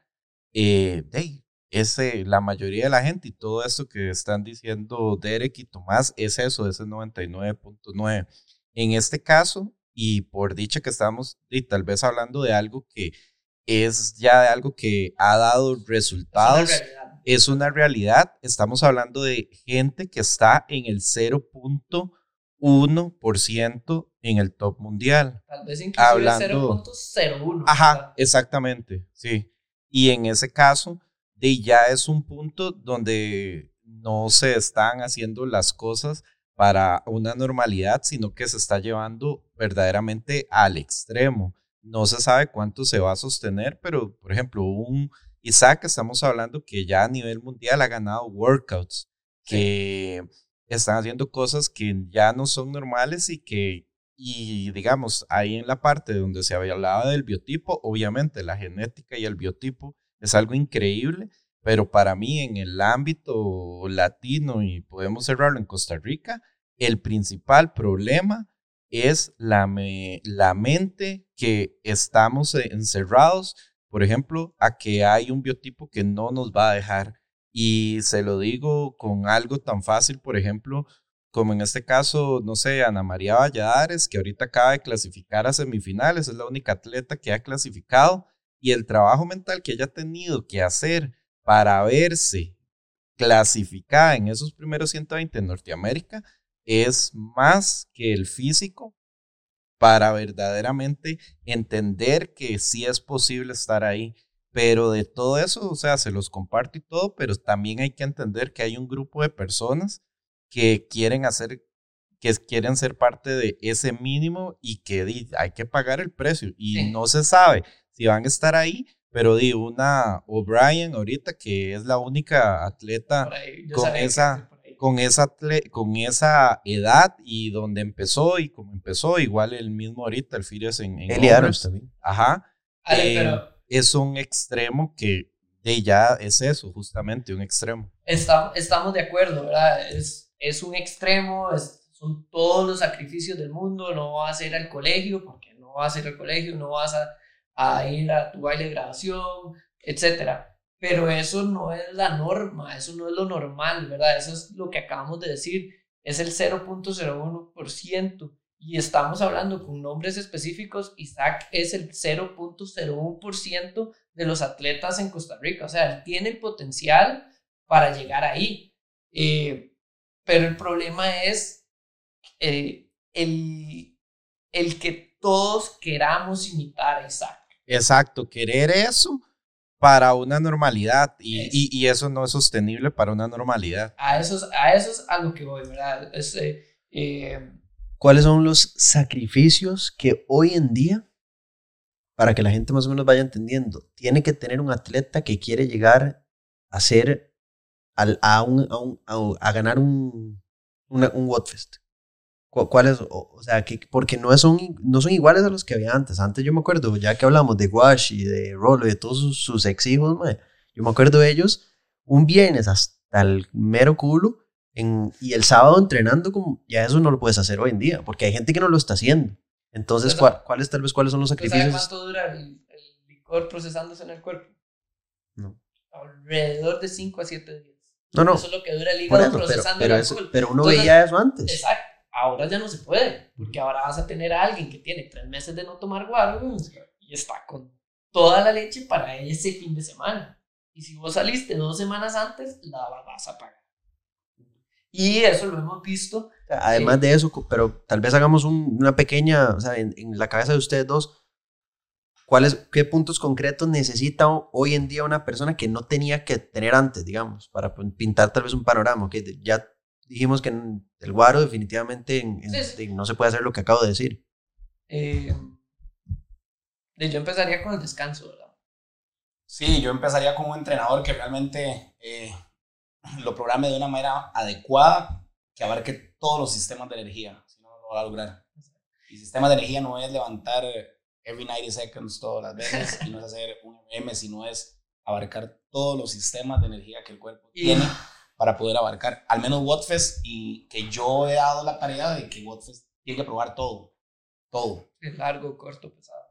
Speaker 3: la mayoría de la gente, y todo esto que están diciendo Derek y Tomás es eso, ese 99.9%. En este caso, y por dicha que estamos tal vez hablando de algo que es ya de algo que ha dado resultados, es una realidad. Estamos hablando de gente que está en el 0.1% en el top mundial.
Speaker 1: Tal vez inclusive 0.01.
Speaker 3: Ajá, ¿verdad? Exactamente, sí. Y en ese caso, ya es un punto donde no se están haciendo las cosas para una normalidad, sino que se está llevando verdaderamente al extremo. No se sabe cuánto se va a sostener, pero por ejemplo, un Isaac, estamos hablando que ya a nivel mundial ha ganado workouts, que están haciendo cosas que ya no son normales y digamos, ahí en la parte donde se hablaba del biotipo, obviamente la genética y el biotipo es algo increíble, pero para mí en el ámbito latino, y podemos cerrarlo en Costa Rica, el principal problema es la mente, que estamos encerrados, por ejemplo, a que hay un biotipo que no nos va a dejar. Y se lo digo con algo tan fácil, por ejemplo, como en este caso, no sé, Ana María Valladares, que ahorita acaba de clasificar a semifinales, es la única atleta que ha clasificado, y el trabajo mental que ella ha tenido que hacer para verse clasificada en esos primeros 120 en Norteamérica es más que el físico para verdaderamente entender que sí es posible estar ahí. Pero de todo eso, o sea, se los comparto y todo, pero también hay que entender que hay un grupo de personas que quieren ser parte de ese mínimo y que hay que pagar el precio. Y no se sabe si van a estar ahí, pero una O'Brien ahorita, que es la única atleta con esa edad y donde empezó y como empezó, igual el mismo ahorita, el Furious en
Speaker 2: Eli Adams también.
Speaker 3: Ajá.
Speaker 1: Pero
Speaker 3: es un extremo que ya es eso, justamente un extremo.
Speaker 1: Estamos de acuerdo, ¿verdad? Es un extremo, son todos los sacrificios del mundo, no vas a ir al colegio, porque no vas a ir al colegio, no vas a ir a tu baile de graduación, etc. Pero eso no es la norma, eso no es lo normal, ¿verdad? Eso es lo que acabamos de decir, es el 0.01%. Y estamos hablando con nombres específicos. Isaac es el 0.01% de los atletas en Costa Rica. O sea, él tiene el potencial para llegar ahí. Pero el problema es el que todos queramos imitar a Isaac.
Speaker 3: Exacto, querer eso para una normalidad. Y eso no es sostenible para una normalidad.
Speaker 1: A eso es a lo que voy, ¿verdad?
Speaker 2: ¿Cuáles son los sacrificios que hoy en día, para que la gente más o menos vaya entendiendo, tiene que tener un atleta que quiere llegar a ser, a ganar un Wotfest? ¿Cuáles? O sea, porque no son iguales a los que había antes. Antes yo me acuerdo, ya que hablamos de Wash y de Rolo y de todos sus ex hijos, yo me acuerdo de ellos un viernes hasta el mero culo, y el sábado entrenando, como ya eso no lo puedes hacer hoy en día, porque hay gente que no lo está haciendo. Entonces, ¿cuáles son los sacrificios?
Speaker 1: ¿Sabes cuánto dura el licor procesándose en el cuerpo?
Speaker 2: No.
Speaker 1: Alrededor de 5 a 7 días.
Speaker 2: No.
Speaker 1: Eso es lo que dura el hígado procesando el alcohol.
Speaker 2: Pero uno veía eso antes.
Speaker 1: Exacto. Ahora ya no se puede, porque ahora vas a tener a alguien que tiene 3 meses de no tomar guaro y está con toda la leche para ese fin de semana. Y si vos saliste 2 semanas antes, la vas a pagar. Y eso lo hemos visto.
Speaker 2: Además de eso, pero tal vez hagamos una pequeña, o sea, en la cabeza de ustedes dos, ¿qué puntos concretos necesita hoy en día una persona que no tenía que tener antes, digamos, para pintar tal vez un panorama? ¿Okay? Ya dijimos que el guaro definitivamente no se puede hacer lo que acabo de decir.
Speaker 1: Yo empezaría con el descanso, ¿verdad?
Speaker 4: Sí, yo empezaría con un entrenador que realmente lo programe de una manera adecuada, que abarque todos los sistemas de energía, si no, no lo va a lograr. Y sistema de energía no es levantar every 90 seconds todas las veces, y no es hacer un RM, sino es abarcar todos los sistemas de energía que el cuerpo tiene para poder abarcar, al menos Wotfest, y que yo he dado la tarea de que Wotfest tiene que probar todo.
Speaker 1: Es largo, corto, pesado.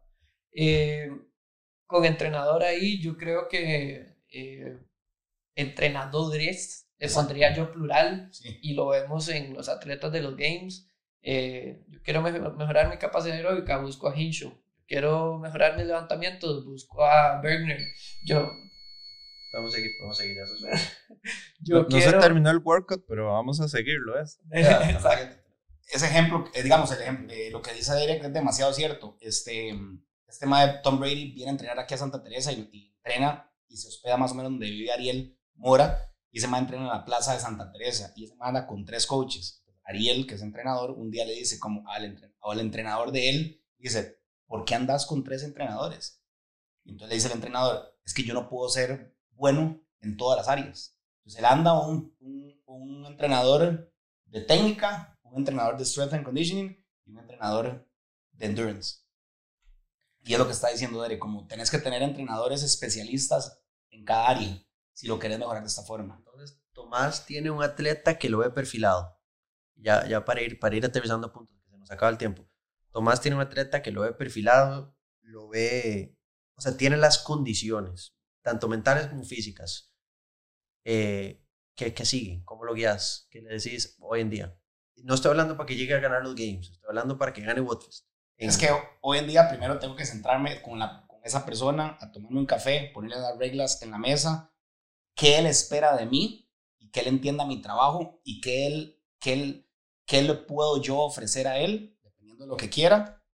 Speaker 1: Con entrenador ahí, yo creo que entrenadores, le pondría yo plural,
Speaker 4: sí.
Speaker 1: Y lo vemos en los atletas de los Games. Yo quiero mejorar mi capacidad aeróbica, busco a Hinshaw. Quiero mejorar mis levantamientos, busco a Bergner.
Speaker 2: Vamos a seguir eso.
Speaker 3: No se terminó el workout, pero vamos a seguirlo.
Speaker 1: Exacto.
Speaker 4: Ese ejemplo, digamos, lo que dice Derek es demasiado cierto. Este tema de Tom Brady viene a entrenar aquí a Santa Teresa y entrena y se hospeda más o menos donde vive Ariel Mora, y ese man entrena en la plaza de Santa Teresa, y ese man anda con 3 coaches. Ariel, que es entrenador, un día le dice como al entrenador de él, dice, ¿por qué andas con 3 entrenadores? Y entonces le dice el entrenador, es que yo no puedo ser bueno en todas las áreas. Entonces él anda un entrenador de técnica, un entrenador de strength and conditioning y un entrenador de endurance. Y es lo que está diciendo Derek, como tenés que tener entrenadores especialistas en cada área si lo querés mejorar de esta forma.
Speaker 2: Entonces Tomás tiene un atleta que lo ve perfilado. Ya para ir aterrizando a puntos, que se nos acaba el tiempo. Tomás tiene un atleta que lo ve perfilado, lo ve, o sea, tiene las condiciones, tanto mentales como físicas. ¿Qué sigue? ¿Cómo lo guías? ¿Qué le decís hoy en día? No estoy hablando para que llegue a ganar los games, estoy hablando para que gane Wotfest.
Speaker 4: Es que hoy en día primero tengo que centrarme con esa persona, a tomarme un café, ponerle las reglas en la mesa, qué él espera de mí y que él entienda mi trabajo y qué le puedo yo ofrecer a él, dependiendo de lo que quiera,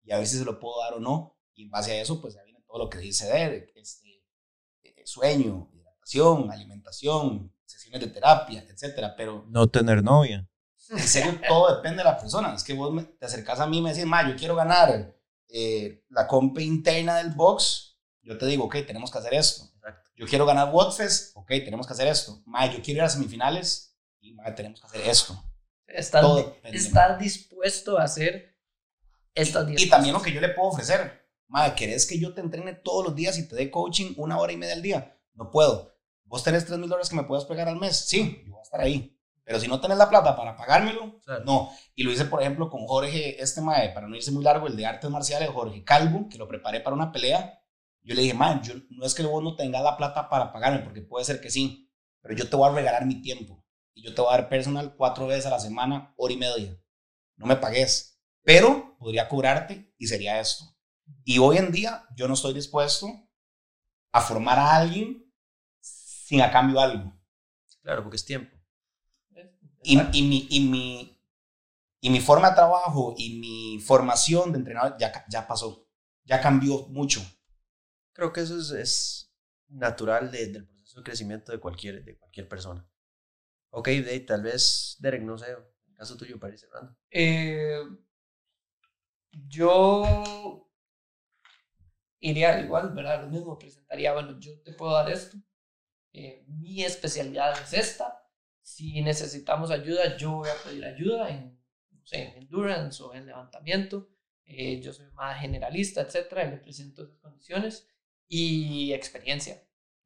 Speaker 4: y a ver si se lo puedo dar o no. Y en base a eso, pues ya viene todo lo que dice de sueño, hidratación, alimentación, sesiones de terapia, etcétera. Pero
Speaker 3: no tener novia.
Speaker 4: en serio, todo depende de la persona. Es que vos te acercás a mí y me decís, yo quiero ganar la comp interna del box. Yo te digo, ok, tenemos que hacer esto.
Speaker 2: Exacto.
Speaker 4: Yo quiero ganar Wotfest, ok, tenemos que hacer esto. Yo quiero ir a semifinales y tenemos que hacer esto.
Speaker 1: Estar dispuesto a hacer estas 10
Speaker 4: Y también lo que yo le puedo ofrecer. ¿Querés que yo te entrene todos los días y te dé coaching 1 hora y media al día? No puedo. ¿Vos tenés $3,000 que me puedas pegar al mes? Sí, yo voy a estar ahí. Pero si no tenés la plata para pagármelo, claro, no. Y lo hice, por ejemplo, con Jorge, para no irse muy largo, el de artes marciales, Jorge Calvo, que lo preparé para una pelea. Yo le dije, yo, no es que vos no tengas la plata para pagarme, porque puede ser que sí, pero yo te voy a regalar mi tiempo. Y yo te voy a dar personal 4 veces a la semana, 1 hora y media. No me pagues, pero podría cobrarte y sería esto. Y hoy en día yo no estoy dispuesto a formar a alguien sin a cambio algo.
Speaker 2: Claro, porque es tiempo.
Speaker 4: Y mi forma de trabajo y mi formación de entrenador ya pasó, ya cambió mucho.
Speaker 2: Creo que eso es natural del proceso de crecimiento de cualquier persona. Ok, Dave, tal vez, Derek, no sé, el caso tuyo para ir cerrando.
Speaker 1: Yo iría igual, ¿verdad? Lo mismo, presentaría, bueno, yo te puedo dar esto. Mi especialidad es esta. Si necesitamos ayuda, yo voy a pedir ayuda en endurance o en levantamiento. Yo soy más generalista, etcétera, y le presento esas condiciones y experiencia.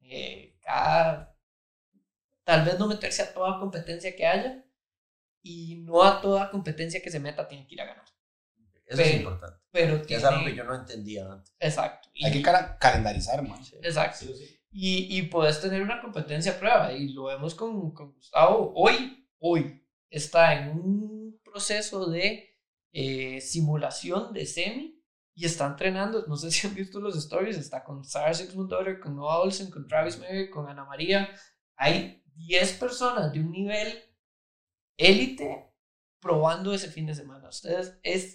Speaker 1: Tal vez no meterse a toda competencia que haya y no a toda competencia que se meta tiene que ir a ganar.
Speaker 2: Eso es importante.
Speaker 1: Pero
Speaker 2: es algo que yo no entendía antes.
Speaker 1: Exacto.
Speaker 4: Hay que calendarizar, man.
Speaker 1: Sí. Exacto. Sí. Y puedes tener una competencia prueba, y lo vemos con Gustavo. Hoy está en un proceso de simulación de semi y está entrenando. No sé si han visto los stories. Está con Sarah Sixmundottir, con Noah Olsen, con Travis Mary, con Ana María. Hay 10 personas de un nivel élite probando ese fin de semana. Eso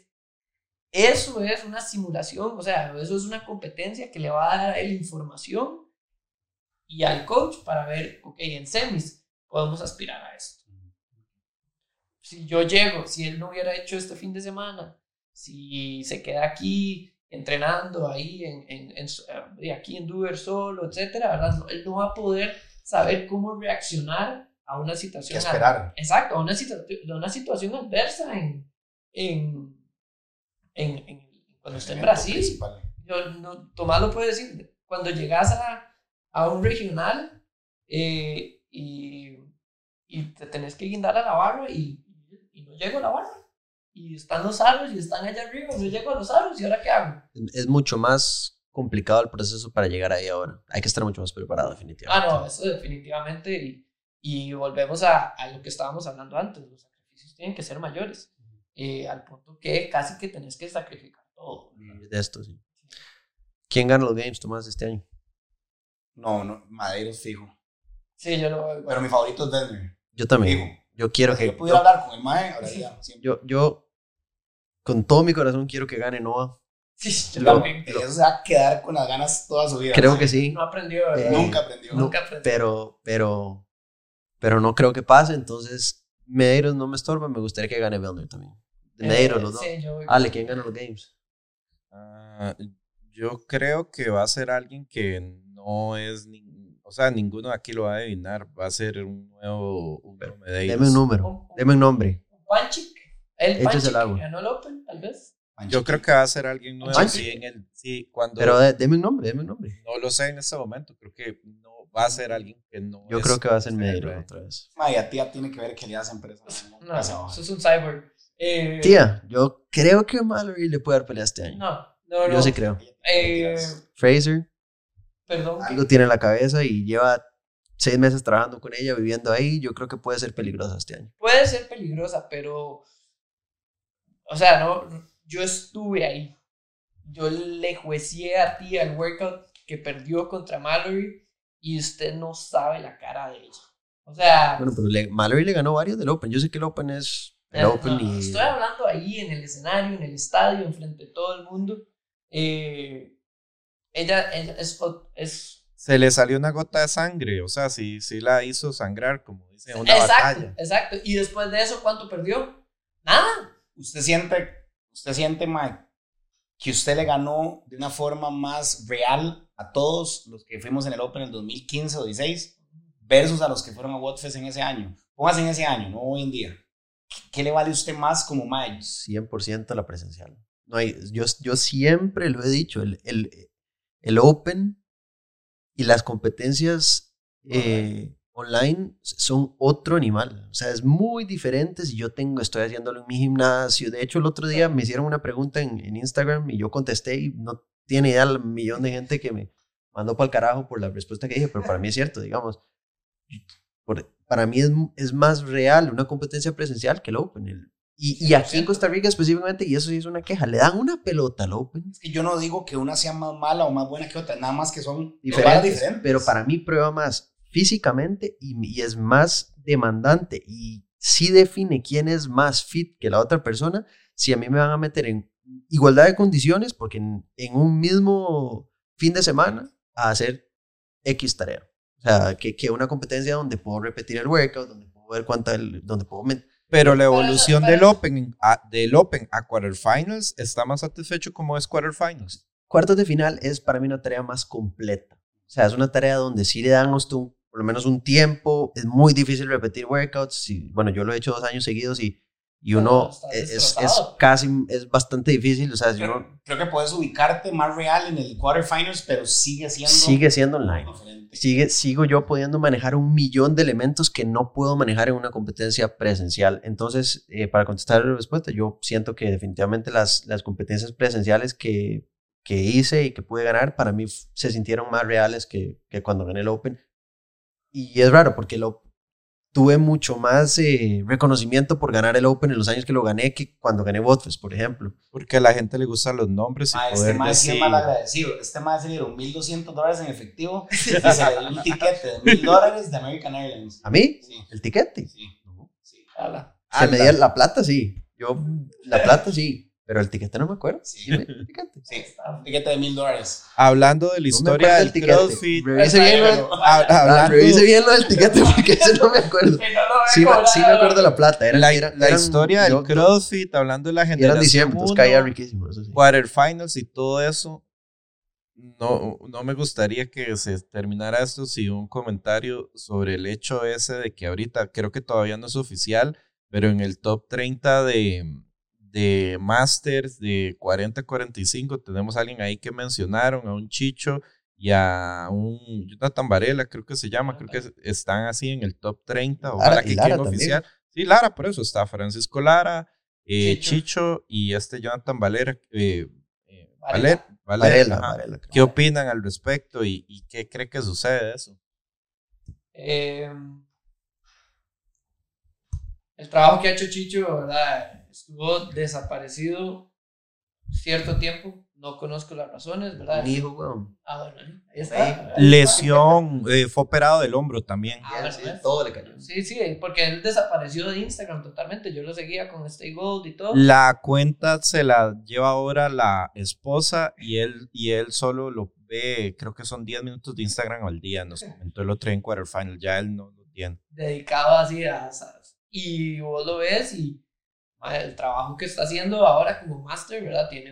Speaker 1: es una simulación, o sea, eso es una competencia que le va a dar a él información y al coach para ver, ok, en semis podemos aspirar a esto. Si yo llego, si él no hubiera hecho este fin de semana, si se queda aquí entrenando ahí aquí en Duber solo, etcétera, ¿verdad? Él no va a poder saber cómo reaccionar a una situación.
Speaker 4: ¿Qué esperar?
Speaker 1: Exacto, a una situación adversa cuando esté en Brasil. Tomás lo puede decir, cuando llegas a un regional y te tenés que guindar a la barra y no llego a la barra y están los aros y están allá arriba y no llego a los aros, ¿y ahora qué hago?
Speaker 2: Es mucho más complicado el proceso para llegar ahí ahora. Hay que estar mucho más preparado, definitivamente.
Speaker 1: No, eso definitivamente, y volvemos a lo que estábamos hablando antes. Los sacrificios tienen que ser mayores, al punto que casi que tenés que sacrificar todo.
Speaker 2: De esto, sí. ¿Quién gana los games, Tomás, este año?
Speaker 4: No, Madeiros fijo.
Speaker 1: Sí, yo lo veo.
Speaker 4: Pero mi favorito es Desner.
Speaker 2: Yo también.
Speaker 4: Fijo.
Speaker 2: Yo quiero que...
Speaker 4: yo pudiera hablar con el Mae, hablaría siempre.
Speaker 2: Yo, con todo mi corazón, quiero que gane Noah.
Speaker 1: Sí, yo también.
Speaker 4: Eso se va a quedar con las ganas toda su vida.
Speaker 2: Creo que sí.
Speaker 1: No aprendió, ¿verdad?
Speaker 4: Nunca aprendió.
Speaker 2: Pero no creo que pase, entonces Medeiros no me estorba, me gustaría que gane Vellner también. Medeiros, los dos.
Speaker 1: Sí,
Speaker 2: Ale, ¿quién gana los games?
Speaker 3: Yo creo que va a ser alguien que no es ninguno de aquí lo va a adivinar. Va a ser un nuevo Medeiros.
Speaker 2: Deme un número, deme un nombre.
Speaker 1: Panchik. El Panchik ganó el Open, tal vez.
Speaker 3: Yo creo que va a ser alguien nuevo.
Speaker 2: Pero deme un nombre.
Speaker 3: No lo sé en este momento. Creo que no va a ser alguien que no.
Speaker 2: Yo creo que va a ser Medeiros otra vez.
Speaker 4: A tía tiene que ver que le hacen presa.
Speaker 1: No, eso es un cyborg.
Speaker 2: Tía, yo creo que Mallory le puede dar pelea este año.
Speaker 1: No.
Speaker 2: Yo sí creo. Fraser.
Speaker 1: Perdón.
Speaker 2: Algo tiene en la cabeza y lleva 6 meses trabajando con ella, viviendo ahí. Yo creo que puede ser peligrosa este año.
Speaker 1: Puede ser peligrosa, pero... O sea, yo estuve ahí. Yo le juicié a ti al workout que perdió contra Mallory y usted no sabe la cara de ella. O sea...
Speaker 2: Bueno, pero Mallory le ganó varios del Open. Yo sé que el Open es el Open y...
Speaker 1: Estoy hablando ahí en el escenario, en el estadio, enfrente de todo el mundo. Ella es...
Speaker 3: Se le salió una gota de sangre, o sea, sí la hizo sangrar, como dice, una batalla.
Speaker 1: Exacto. Y después de eso, ¿cuánto perdió? Nada.
Speaker 4: ¿Usted siente, Mike, que usted le ganó de una forma más real a todos los que fuimos en el Open en el 2015 o 2016 versus a los que fueron a Wattfest en ese año? Póngase en ese año, no hoy en día. ¿Qué le vale a usted más como Mike?
Speaker 2: 100% la presencial. No hay, yo siempre lo he dicho, el Open y las competencias online son otro animal. O sea, es muy diferente si yo estoy haciéndolo en mi gimnasio. De hecho, el otro día me hicieron una pregunta en Instagram y yo contesté y no tiene idea el millón de gente que me mandó para el carajo por la respuesta que dije, pero para mí es cierto, digamos. Para mí es más real una competencia presencial que el Open. Y aquí en Costa Rica específicamente, y eso sí es una queja, le dan una pelota al Open.
Speaker 4: Es que yo no digo que una sea más mala o más buena que otra, nada más que son
Speaker 2: diferentes. Pero para mí prueba más físicamente y es más demandante y sí define quién es más fit que la otra persona si a mí me van a meter en igualdad de condiciones, porque en un mismo fin de semana a hacer X tarea. O sea, que una competencia donde puedo repetir el workout, donde puedo ver donde puedo
Speaker 3: pero la evolución del Open a quarterfinals, ¿está más satisfecho como es quarterfinals?
Speaker 2: Cuartos de final es para mí una tarea más completa. O sea, es una tarea donde sí le dan a usted por lo menos un tiempo. Es muy difícil repetir workouts. Bueno, yo lo he hecho 2 años seguidos y uno es bastante difícil. O sea,
Speaker 4: creo que puedes ubicarte más real en el quarterfinals, pero sigue siendo
Speaker 2: online. Sigo yo pudiendo manejar 1.000.000 de elementos que no puedo manejar en una competencia presencial. Entonces, para contestar la respuesta, yo siento que definitivamente las competencias presenciales que hice y que pude ganar, para mí se sintieron más reales que cuando gané el Open. Y es raro porque tuve mucho más reconocimiento por ganar el Open en los años que lo gané que cuando gané Wattfest, por ejemplo.
Speaker 3: Porque a la gente le gustan los nombres y poder
Speaker 4: este
Speaker 3: decir...
Speaker 4: Este mal agradecido. Este más se le dieron $1,200 en efectivo y se le dio un tiquete de $1,000 de American Airlines.
Speaker 2: ¿A mí?
Speaker 4: Sí.
Speaker 2: ¿El tiquete?
Speaker 4: Sí.
Speaker 2: Se me dio la plata, sí. La plata, sí. Pero el tiquete no me acuerdo.
Speaker 4: Sí, el tiquete de $1,000.
Speaker 3: Hablando de la historia del CrossFit.
Speaker 2: Revise bien lo del tiquete porque ese no me acuerdo. Sí me acuerdo de la plata.
Speaker 3: La historia del CrossFit, hablando de la generación.
Speaker 2: Era en diciembre, entonces caía riquísimo. Eso sí.
Speaker 3: Quarterfinals y todo eso. No me gustaría que se terminara esto sin un comentario sobre el hecho ese de que ahorita, creo que todavía no es oficial, pero en el top 30 de Masters de 40-45 tenemos a alguien ahí que mencionaron, a un Chicho y a un Jonathan Varela, creo que se llama, creo que están así en el top 30, ojalá que queden oficial. Sí, Lara, por eso está Francisco Lara, Chicho y Jonathan Varela. Varela. ¿Qué opinan al respecto y qué cree que sucede de eso?
Speaker 1: El trabajo que ha hecho Chicho, ¿verdad? Estuvo desaparecido cierto tiempo. No conozco las razones, ¿verdad?
Speaker 2: Mi hijo, weón.
Speaker 1: Bueno, ahí está.
Speaker 3: Lesión, fue operado del hombro también.
Speaker 2: Todo le cayó.
Speaker 1: Sí, porque él desapareció de Instagram totalmente. Yo lo seguía con Stay Gold y todo.
Speaker 3: La cuenta se la lleva ahora la esposa y él solo lo ve, creo que son 10 minutos de Instagram al día. Nos comentó el otro en quarterfinal, ya él no lo tiene.
Speaker 1: Dedicado así y vos lo ves y el trabajo que está haciendo ahora como Master, ¿verdad? Tiene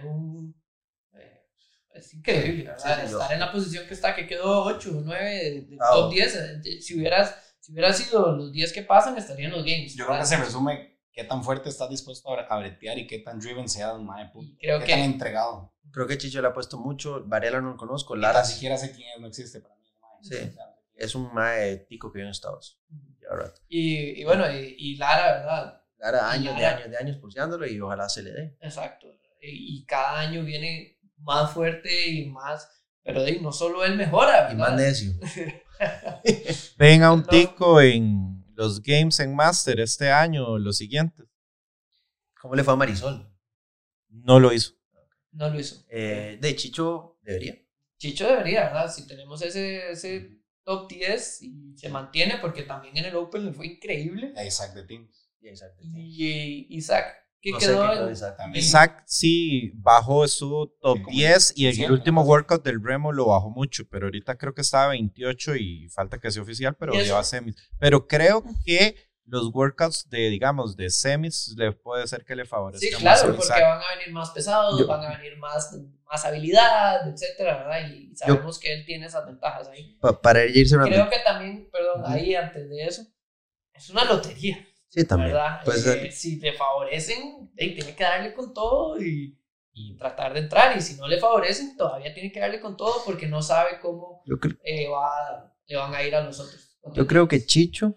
Speaker 1: es increíble, ¿verdad? Estar en la posición que está, que quedó 8 o 9 del top 10. Si hubiera sido los 10 que pasan, estarían los games.
Speaker 4: Yo creo que se resume qué tan fuerte estás dispuesto a bretear y qué tan driven seas,
Speaker 1: qué
Speaker 4: tan entregado.
Speaker 2: Creo que Chicho le ha puesto mucho. Varela no lo conozco. Lara
Speaker 4: ni siquiera sé quién es, no existe para mí.
Speaker 2: Sí, es un mae tico que vive en Estados.
Speaker 1: Y bueno, y Lara, ¿verdad?
Speaker 2: Lara, años de años pulseándolo y ojalá se le dé.
Speaker 1: Exacto. Y cada año viene más fuerte y más, pero no solo él mejora, ¿verdad?
Speaker 2: Y más necio.
Speaker 3: Ven a un tico en los games en Master este año o los siguientes.
Speaker 2: ¿Cómo le fue a Marisol?
Speaker 3: No lo hizo.
Speaker 2: De Chicho debería.
Speaker 1: Chicho debería, ¿verdad? Si tenemos ese top 10 y se mantiene, porque también en el Open le fue increíble.
Speaker 4: Exacto,
Speaker 1: y Isaac, ¿qué
Speaker 2: No
Speaker 1: quedó?
Speaker 2: sé qué quedó Isaac.
Speaker 3: Isaac sí bajó, estuvo top
Speaker 4: Como
Speaker 3: 10 y en el
Speaker 4: 100,
Speaker 3: último
Speaker 4: ¿no?
Speaker 3: workout del Remo lo bajó mucho, pero ahorita creo que estaba 28 y falta que sea oficial, pero
Speaker 1: ¿Y eso?
Speaker 3: lleva semis. Pero creo que los workouts de, digamos, de semis le puede ser que le favorezca
Speaker 1: Sí,
Speaker 3: más
Speaker 1: claro,
Speaker 3: a
Speaker 1: porque
Speaker 3: Isaac.
Speaker 1: van a venir más pesados, van a venir más habilidad, etcétera, ¿verdad? Y sabemos que él tiene esas ventajas ahí.
Speaker 2: Para ir cerrando.
Speaker 1: Creo que también, perdón, ahí antes de eso, es una lotería.
Speaker 2: Sí, también.
Speaker 1: ¿Verdad?
Speaker 2: Pues,
Speaker 1: si le favorecen, tiene que darle con todo y tratar de entrar. Y si no le favorecen, todavía tiene que darle con todo porque no sabe cómo le van a ir a los otros.
Speaker 2: Yo creo que Chicho,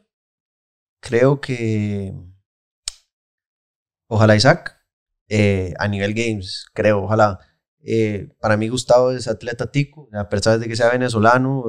Speaker 2: ojalá Isaac, a nivel games, creo, ojalá. Para mí Gustavo es atleta tico, a pesar de que sea venezolano,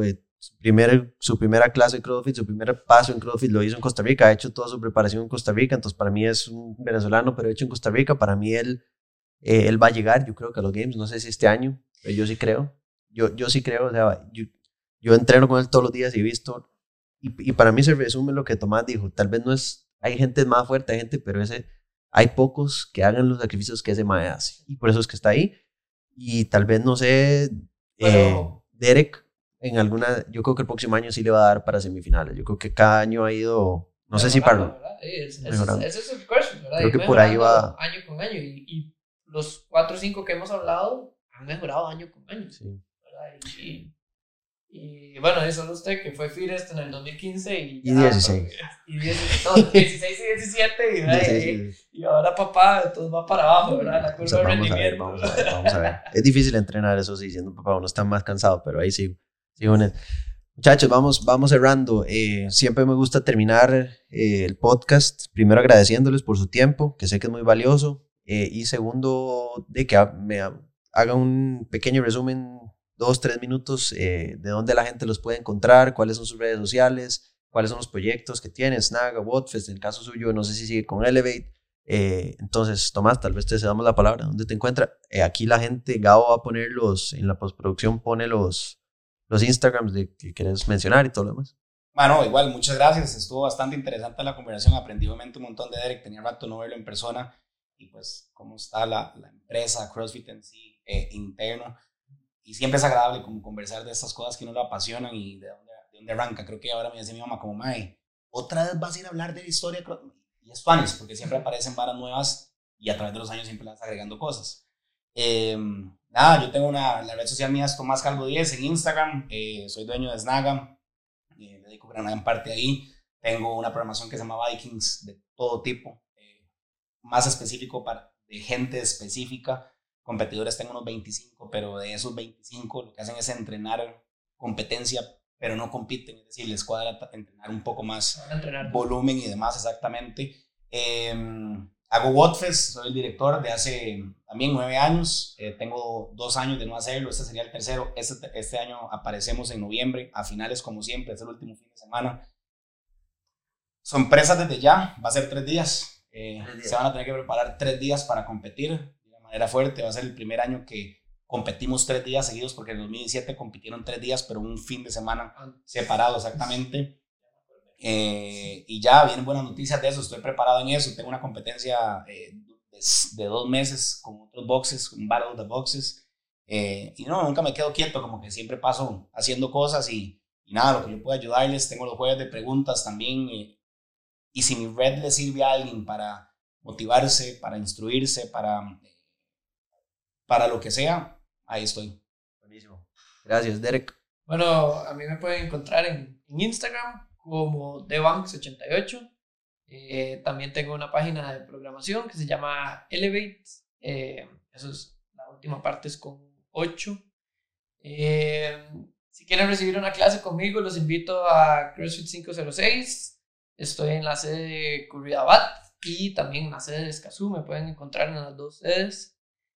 Speaker 2: su primera clase de CrossFit, su primer paso en CrossFit lo hizo en Costa Rica, ha hecho toda su preparación en Costa Rica, entonces para mí es un venezolano, pero hecho en Costa Rica, para mí él va a llegar, yo creo que a los games, no sé si este año, pero yo sí creo, yo sí creo, o sea, yo entreno con él todos los días y he visto, y para mí se resume lo que Tomás dijo, tal vez no es, hay gente más fuerte, hay gente, pero hay pocos que hagan los sacrificios que ese mae hace, y por eso es que está ahí, y tal vez, no sé, Derek, yo creo que el próximo año sí le va a dar para semifinales, yo creo que cada año ha ido, no sé si para...
Speaker 1: Ese es el curso, ¿verdad?
Speaker 2: Creo que por ahí va...
Speaker 1: Año con año, y los 4 o 5 que hemos hablado han mejorado año con año,
Speaker 2: sí.
Speaker 1: ¿verdad? Y bueno, eso es usted que fue Firest en el 2015 y
Speaker 2: 16.
Speaker 1: Y 16 y 17 y ahora papá, todo va para abajo, ¿verdad? La curva de rendimiento.
Speaker 2: Vamos a ver. Es difícil entrenar, eso sí, siendo papá uno está más cansado, pero ahí sí. Muchachos, vamos cerrando. Siempre me gusta terminar el podcast, primero agradeciéndoles por su tiempo, que sé que es muy valioso, y segundo, de que me haga un pequeño resumen, 2-3 minutos, de dónde la gente los puede encontrar, cuáles son sus redes sociales, cuáles son los proyectos que tiene, Snaga, Wotfest, en el caso suyo, no sé si sigue con Elevate. Entonces, Tomás, tal vez te damos la palabra, ¿dónde te encuentras? Aquí la gente, Gabo va a poner en la postproducción pone los Instagrams de que quieres mencionar y todo lo demás.
Speaker 4: Bueno, igual, muchas gracias, estuvo bastante interesante la conversación, aprendí obviamente un montón de Derek, tenía rato no verlo en persona, y pues cómo está la empresa, CrossFit en sí, interno. Y siempre es agradable como conversar de estas cosas que uno le apasionan y de dónde arranca. Creo que ahora me dice mi mamá como, mae, otra vez vas a ir a hablar de la historia. Y es funny, porque siempre aparecen varas nuevas y a través de los años siempre le vas agregando cosas. Nada, yo tengo la red social mía es Tomás Calvo 10 en Instagram. Soy dueño de Snaga. Me dedico gran parte ahí. Tengo una programación que se llama Vikings de todo tipo. Más específico de gente específica. Competidores tengo unos 25, pero de esos 25 lo que hacen es entrenar competencia, pero no compiten, es decir, les cuadra entrenar un poco más volumen y demás, exactamente. Hago Wotfest, soy el director de hace también 9 años, tengo 2 años de no hacerlo, este sería el tercero, este año aparecemos en noviembre, a finales como siempre, es el último fin de semana. Son presas desde ya, va a ser 3 días, se van a tener que preparar 3 días para competir, manera fuerte, va a ser el primer año que competimos 3 días seguidos, porque en 2017 compitieron 3 días, pero un fin de semana separado exactamente, y ya vienen buenas noticias de eso, estoy preparado en eso, tengo una competencia de 2 meses con otros boxes, un Battle of the Boxes, y no, nunca me quedo quieto, como que siempre paso haciendo cosas y nada, lo que yo pueda ayudarles, tengo los jueves de preguntas también, y si mi red le sirve a alguien para motivarse, para instruirse, para lo que sea, ahí estoy.
Speaker 2: Buenísimo. Gracias, Derek.
Speaker 1: Bueno, a mí me pueden encontrar en Instagram como TheBanks88. También tengo una página de programación que se llama Elevate. Eso es, la última parte es con 8. Si quieren recibir una clase conmigo, los invito a CrossFit 506. Estoy en la sede de Curridabat y también en la sede de Escazú. Me pueden encontrar en las 2 sedes.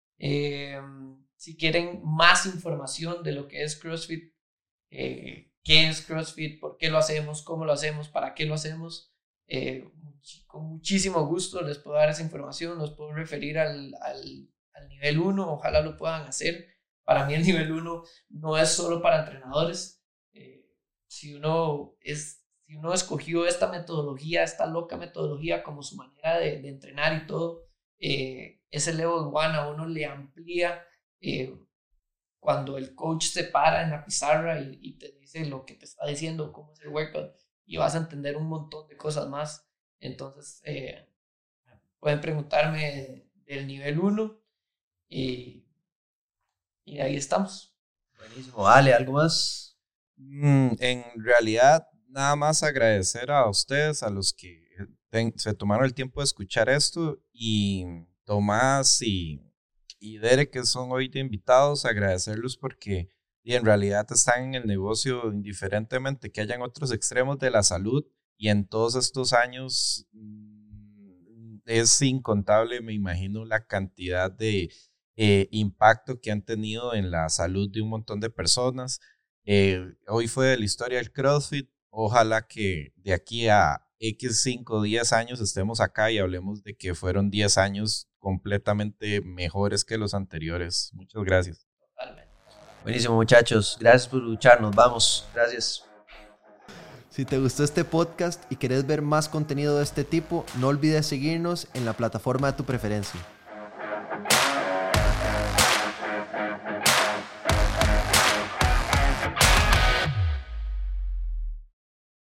Speaker 1: Si quieren más información de lo que es CrossFit, qué es CrossFit, por qué lo hacemos, cómo lo hacemos, para qué lo hacemos, con muchísimo gusto les puedo dar esa información, los puedo referir al nivel 1, ojalá lo puedan hacer. Para mí el nivel 1 no es solo para entrenadores. Si si uno escogió esta metodología, esta loca metodología como su manera de entrenar y todo, ese level 1 a uno le amplía cuando el coach se para en la pizarra y te dice lo que te está diciendo, cómo es el workout, y vas a entender un montón de cosas más. Entonces, pueden preguntarme del nivel 1 y ahí estamos.
Speaker 2: Buenísimo. Ale, ¿algo más?
Speaker 3: En realidad, nada más agradecer a ustedes, a los que se tomaron el tiempo de escuchar esto, y Tomás y Derek, que son hoy de invitados, agradecerlos porque en realidad están en el negocio indiferentemente que hayan otros extremos de la salud, y en todos estos años es incontable, me imagino, la cantidad de impacto que han tenido en la salud de un montón de personas. Hoy fue de la historia del CrossFit. Ojalá que de aquí a X 5, 10 años estemos acá y hablemos de que fueron 10 años completamente mejores que los anteriores. Muchas gracias.
Speaker 2: Buenísimo, muchachos. Gracias por escucharnos. Vamos. Gracias.
Speaker 5: Si te gustó este podcast y querés ver más contenido de este tipo, no olvides seguirnos en la plataforma de tu preferencia.